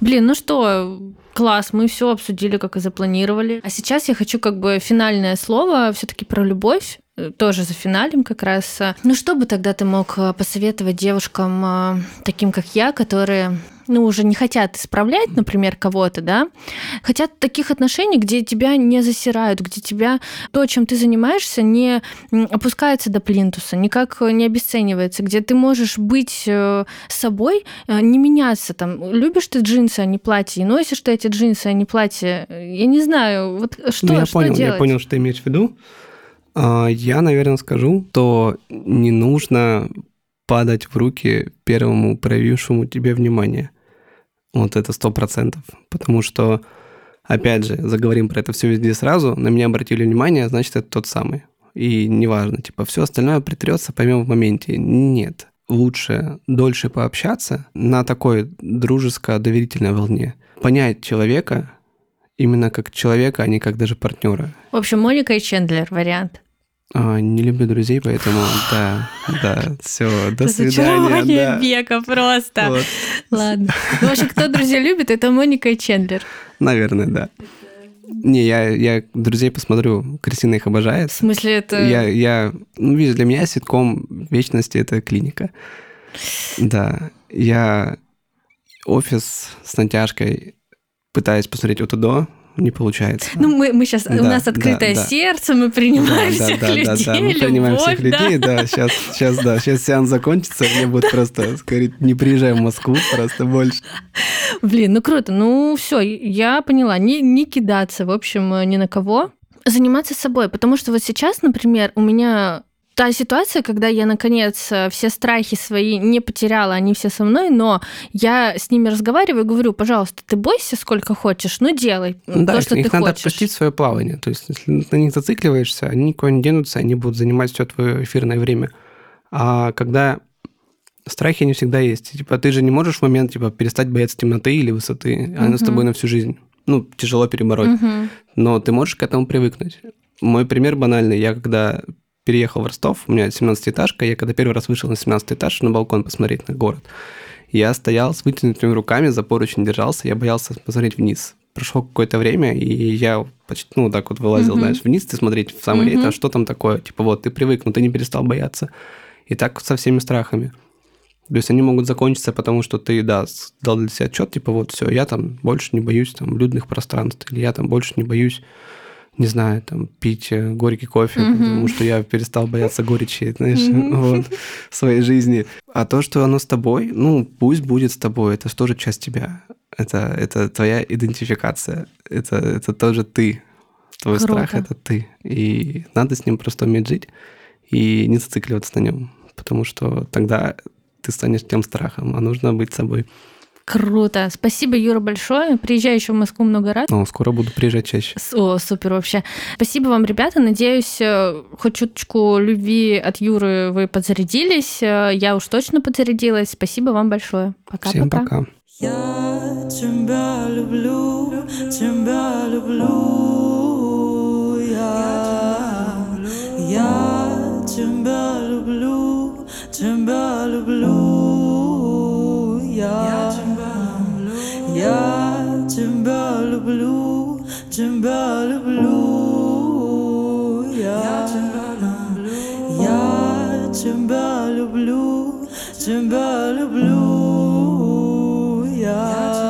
Класс, мы все обсудили, как и запланировали. А сейчас я хочу финальное слово все-таки про любовь. Тоже за финалем как раз. Что бы тогда ты мог посоветовать девушкам, таким как я, которые уже не хотят исправлять, например, кого-то, да, хотят таких отношений, где тебя не засирают, где тебя то, чем ты занимаешься, не опускается до плинтуса, никак не обесценивается, где ты можешь быть собой, не меняться. Любишь ты джинсы, а не платье, и носишь ты эти джинсы, а не платье. Я не знаю, что делать? Я понял, что ты имеешь в виду. Я, наверное, скажу, что не нужно падать в руки первому проявившему тебе внимание. Вот это 100%. Потому что, опять же, заговорим про это все везде сразу, на меня обратили внимание, значит, это тот самый. И неважно, все остальное притрется, поймем в моменте. Нет. Лучше дольше пообщаться на такой дружеско-доверительной волне. Понять человека именно как человека, а не как даже партнера. В общем, Моника и Чендлер вариант. Не люблю друзей, поэтому да, все, до свидания. Разочарование века просто. Вот. Ладно. В общем, кто друзей любит, это Моника и Чендлер. Наверное, да. Не, я друзей посмотрю, Кристина их обожает. В смысле это... Видишь, для меня ситком вечности — это клиника. Да, я «Офис» с натяжкой пытаюсь посмотреть от и до. не получается. Ну, мы сейчас, у Да, нас открытое да. сердце, мы принимаем всех людей, Мы принимаем любовь, всех людей, да. Сейчас сеанс закончится, мне будет просто говорить, не приезжай в Москву, просто больше. Блин, ну круто. Ну все, я поняла. Не кидаться, в общем, ни на кого. Заниматься собой. Потому что вот сейчас, например, у меня та ситуация, когда я, наконец, все страхи свои не потеряла, они все со мной, но я с ними разговариваю и говорю, пожалуйста, ты бойся сколько хочешь, ну делай то, что ты их надо хочешь. отпустить в свое плавание. То есть, если на них зацикливаешься, они никуда не денутся, они будут занимать все твое эфирное время. А когда страхи не всегда есть. Типа, ты же не можешь в момент перестать бояться темноты или высоты. Она с тобой на всю жизнь. Ну, тяжело перебороть. Но ты можешь к этому привыкнуть. Мой пример банальный. Я когда переехал в Ростов, у меня 17-этажка, я когда первый раз вышел на 17 этаж на балкон посмотреть на город, я стоял с вытянутыми руками, за поручень держался, я боялся посмотреть вниз. Прошло какое-то время, и я почти, так вот вылазил, знаешь, вниз, ты смотреть в самый этаж, что там такое? Типа, вот, ты привык, но ты не перестал бояться. И так со всеми страхами. То есть они могут закончиться, потому что ты, дал для себя отчет, типа, вот, все, я там больше не боюсь людных пространств, или я там больше не боюсь, не знаю, там, пить горький кофе, потому что я перестал бояться горечи, знаешь, вот, в своей жизни. А то, что оно с тобой, пусть будет с тобой, это же тоже часть тебя. Это твоя идентификация, это тоже ты. Твой Круто. страх — это ты. И надо с ним просто уметь жить и не зацикливаться на нем, потому что тогда ты станешь тем страхом, а нужно быть собой. Круто. Спасибо, Юра, большое. Приезжай еще в Москву много раз. Скоро буду приезжать чаще. О, супер вообще. Спасибо вам, ребята. Надеюсь, хоть чуточку любви от Юры вы подзарядились. Я уж точно подзарядилась. Спасибо вам большое. Пока-пока. Всем пока. Я тебя люблю, тебя люблю. Я тебя люблю, тебя люблю. Я тебя люблю, тебя люблю. Я тебя люблю, тебя люблю. Я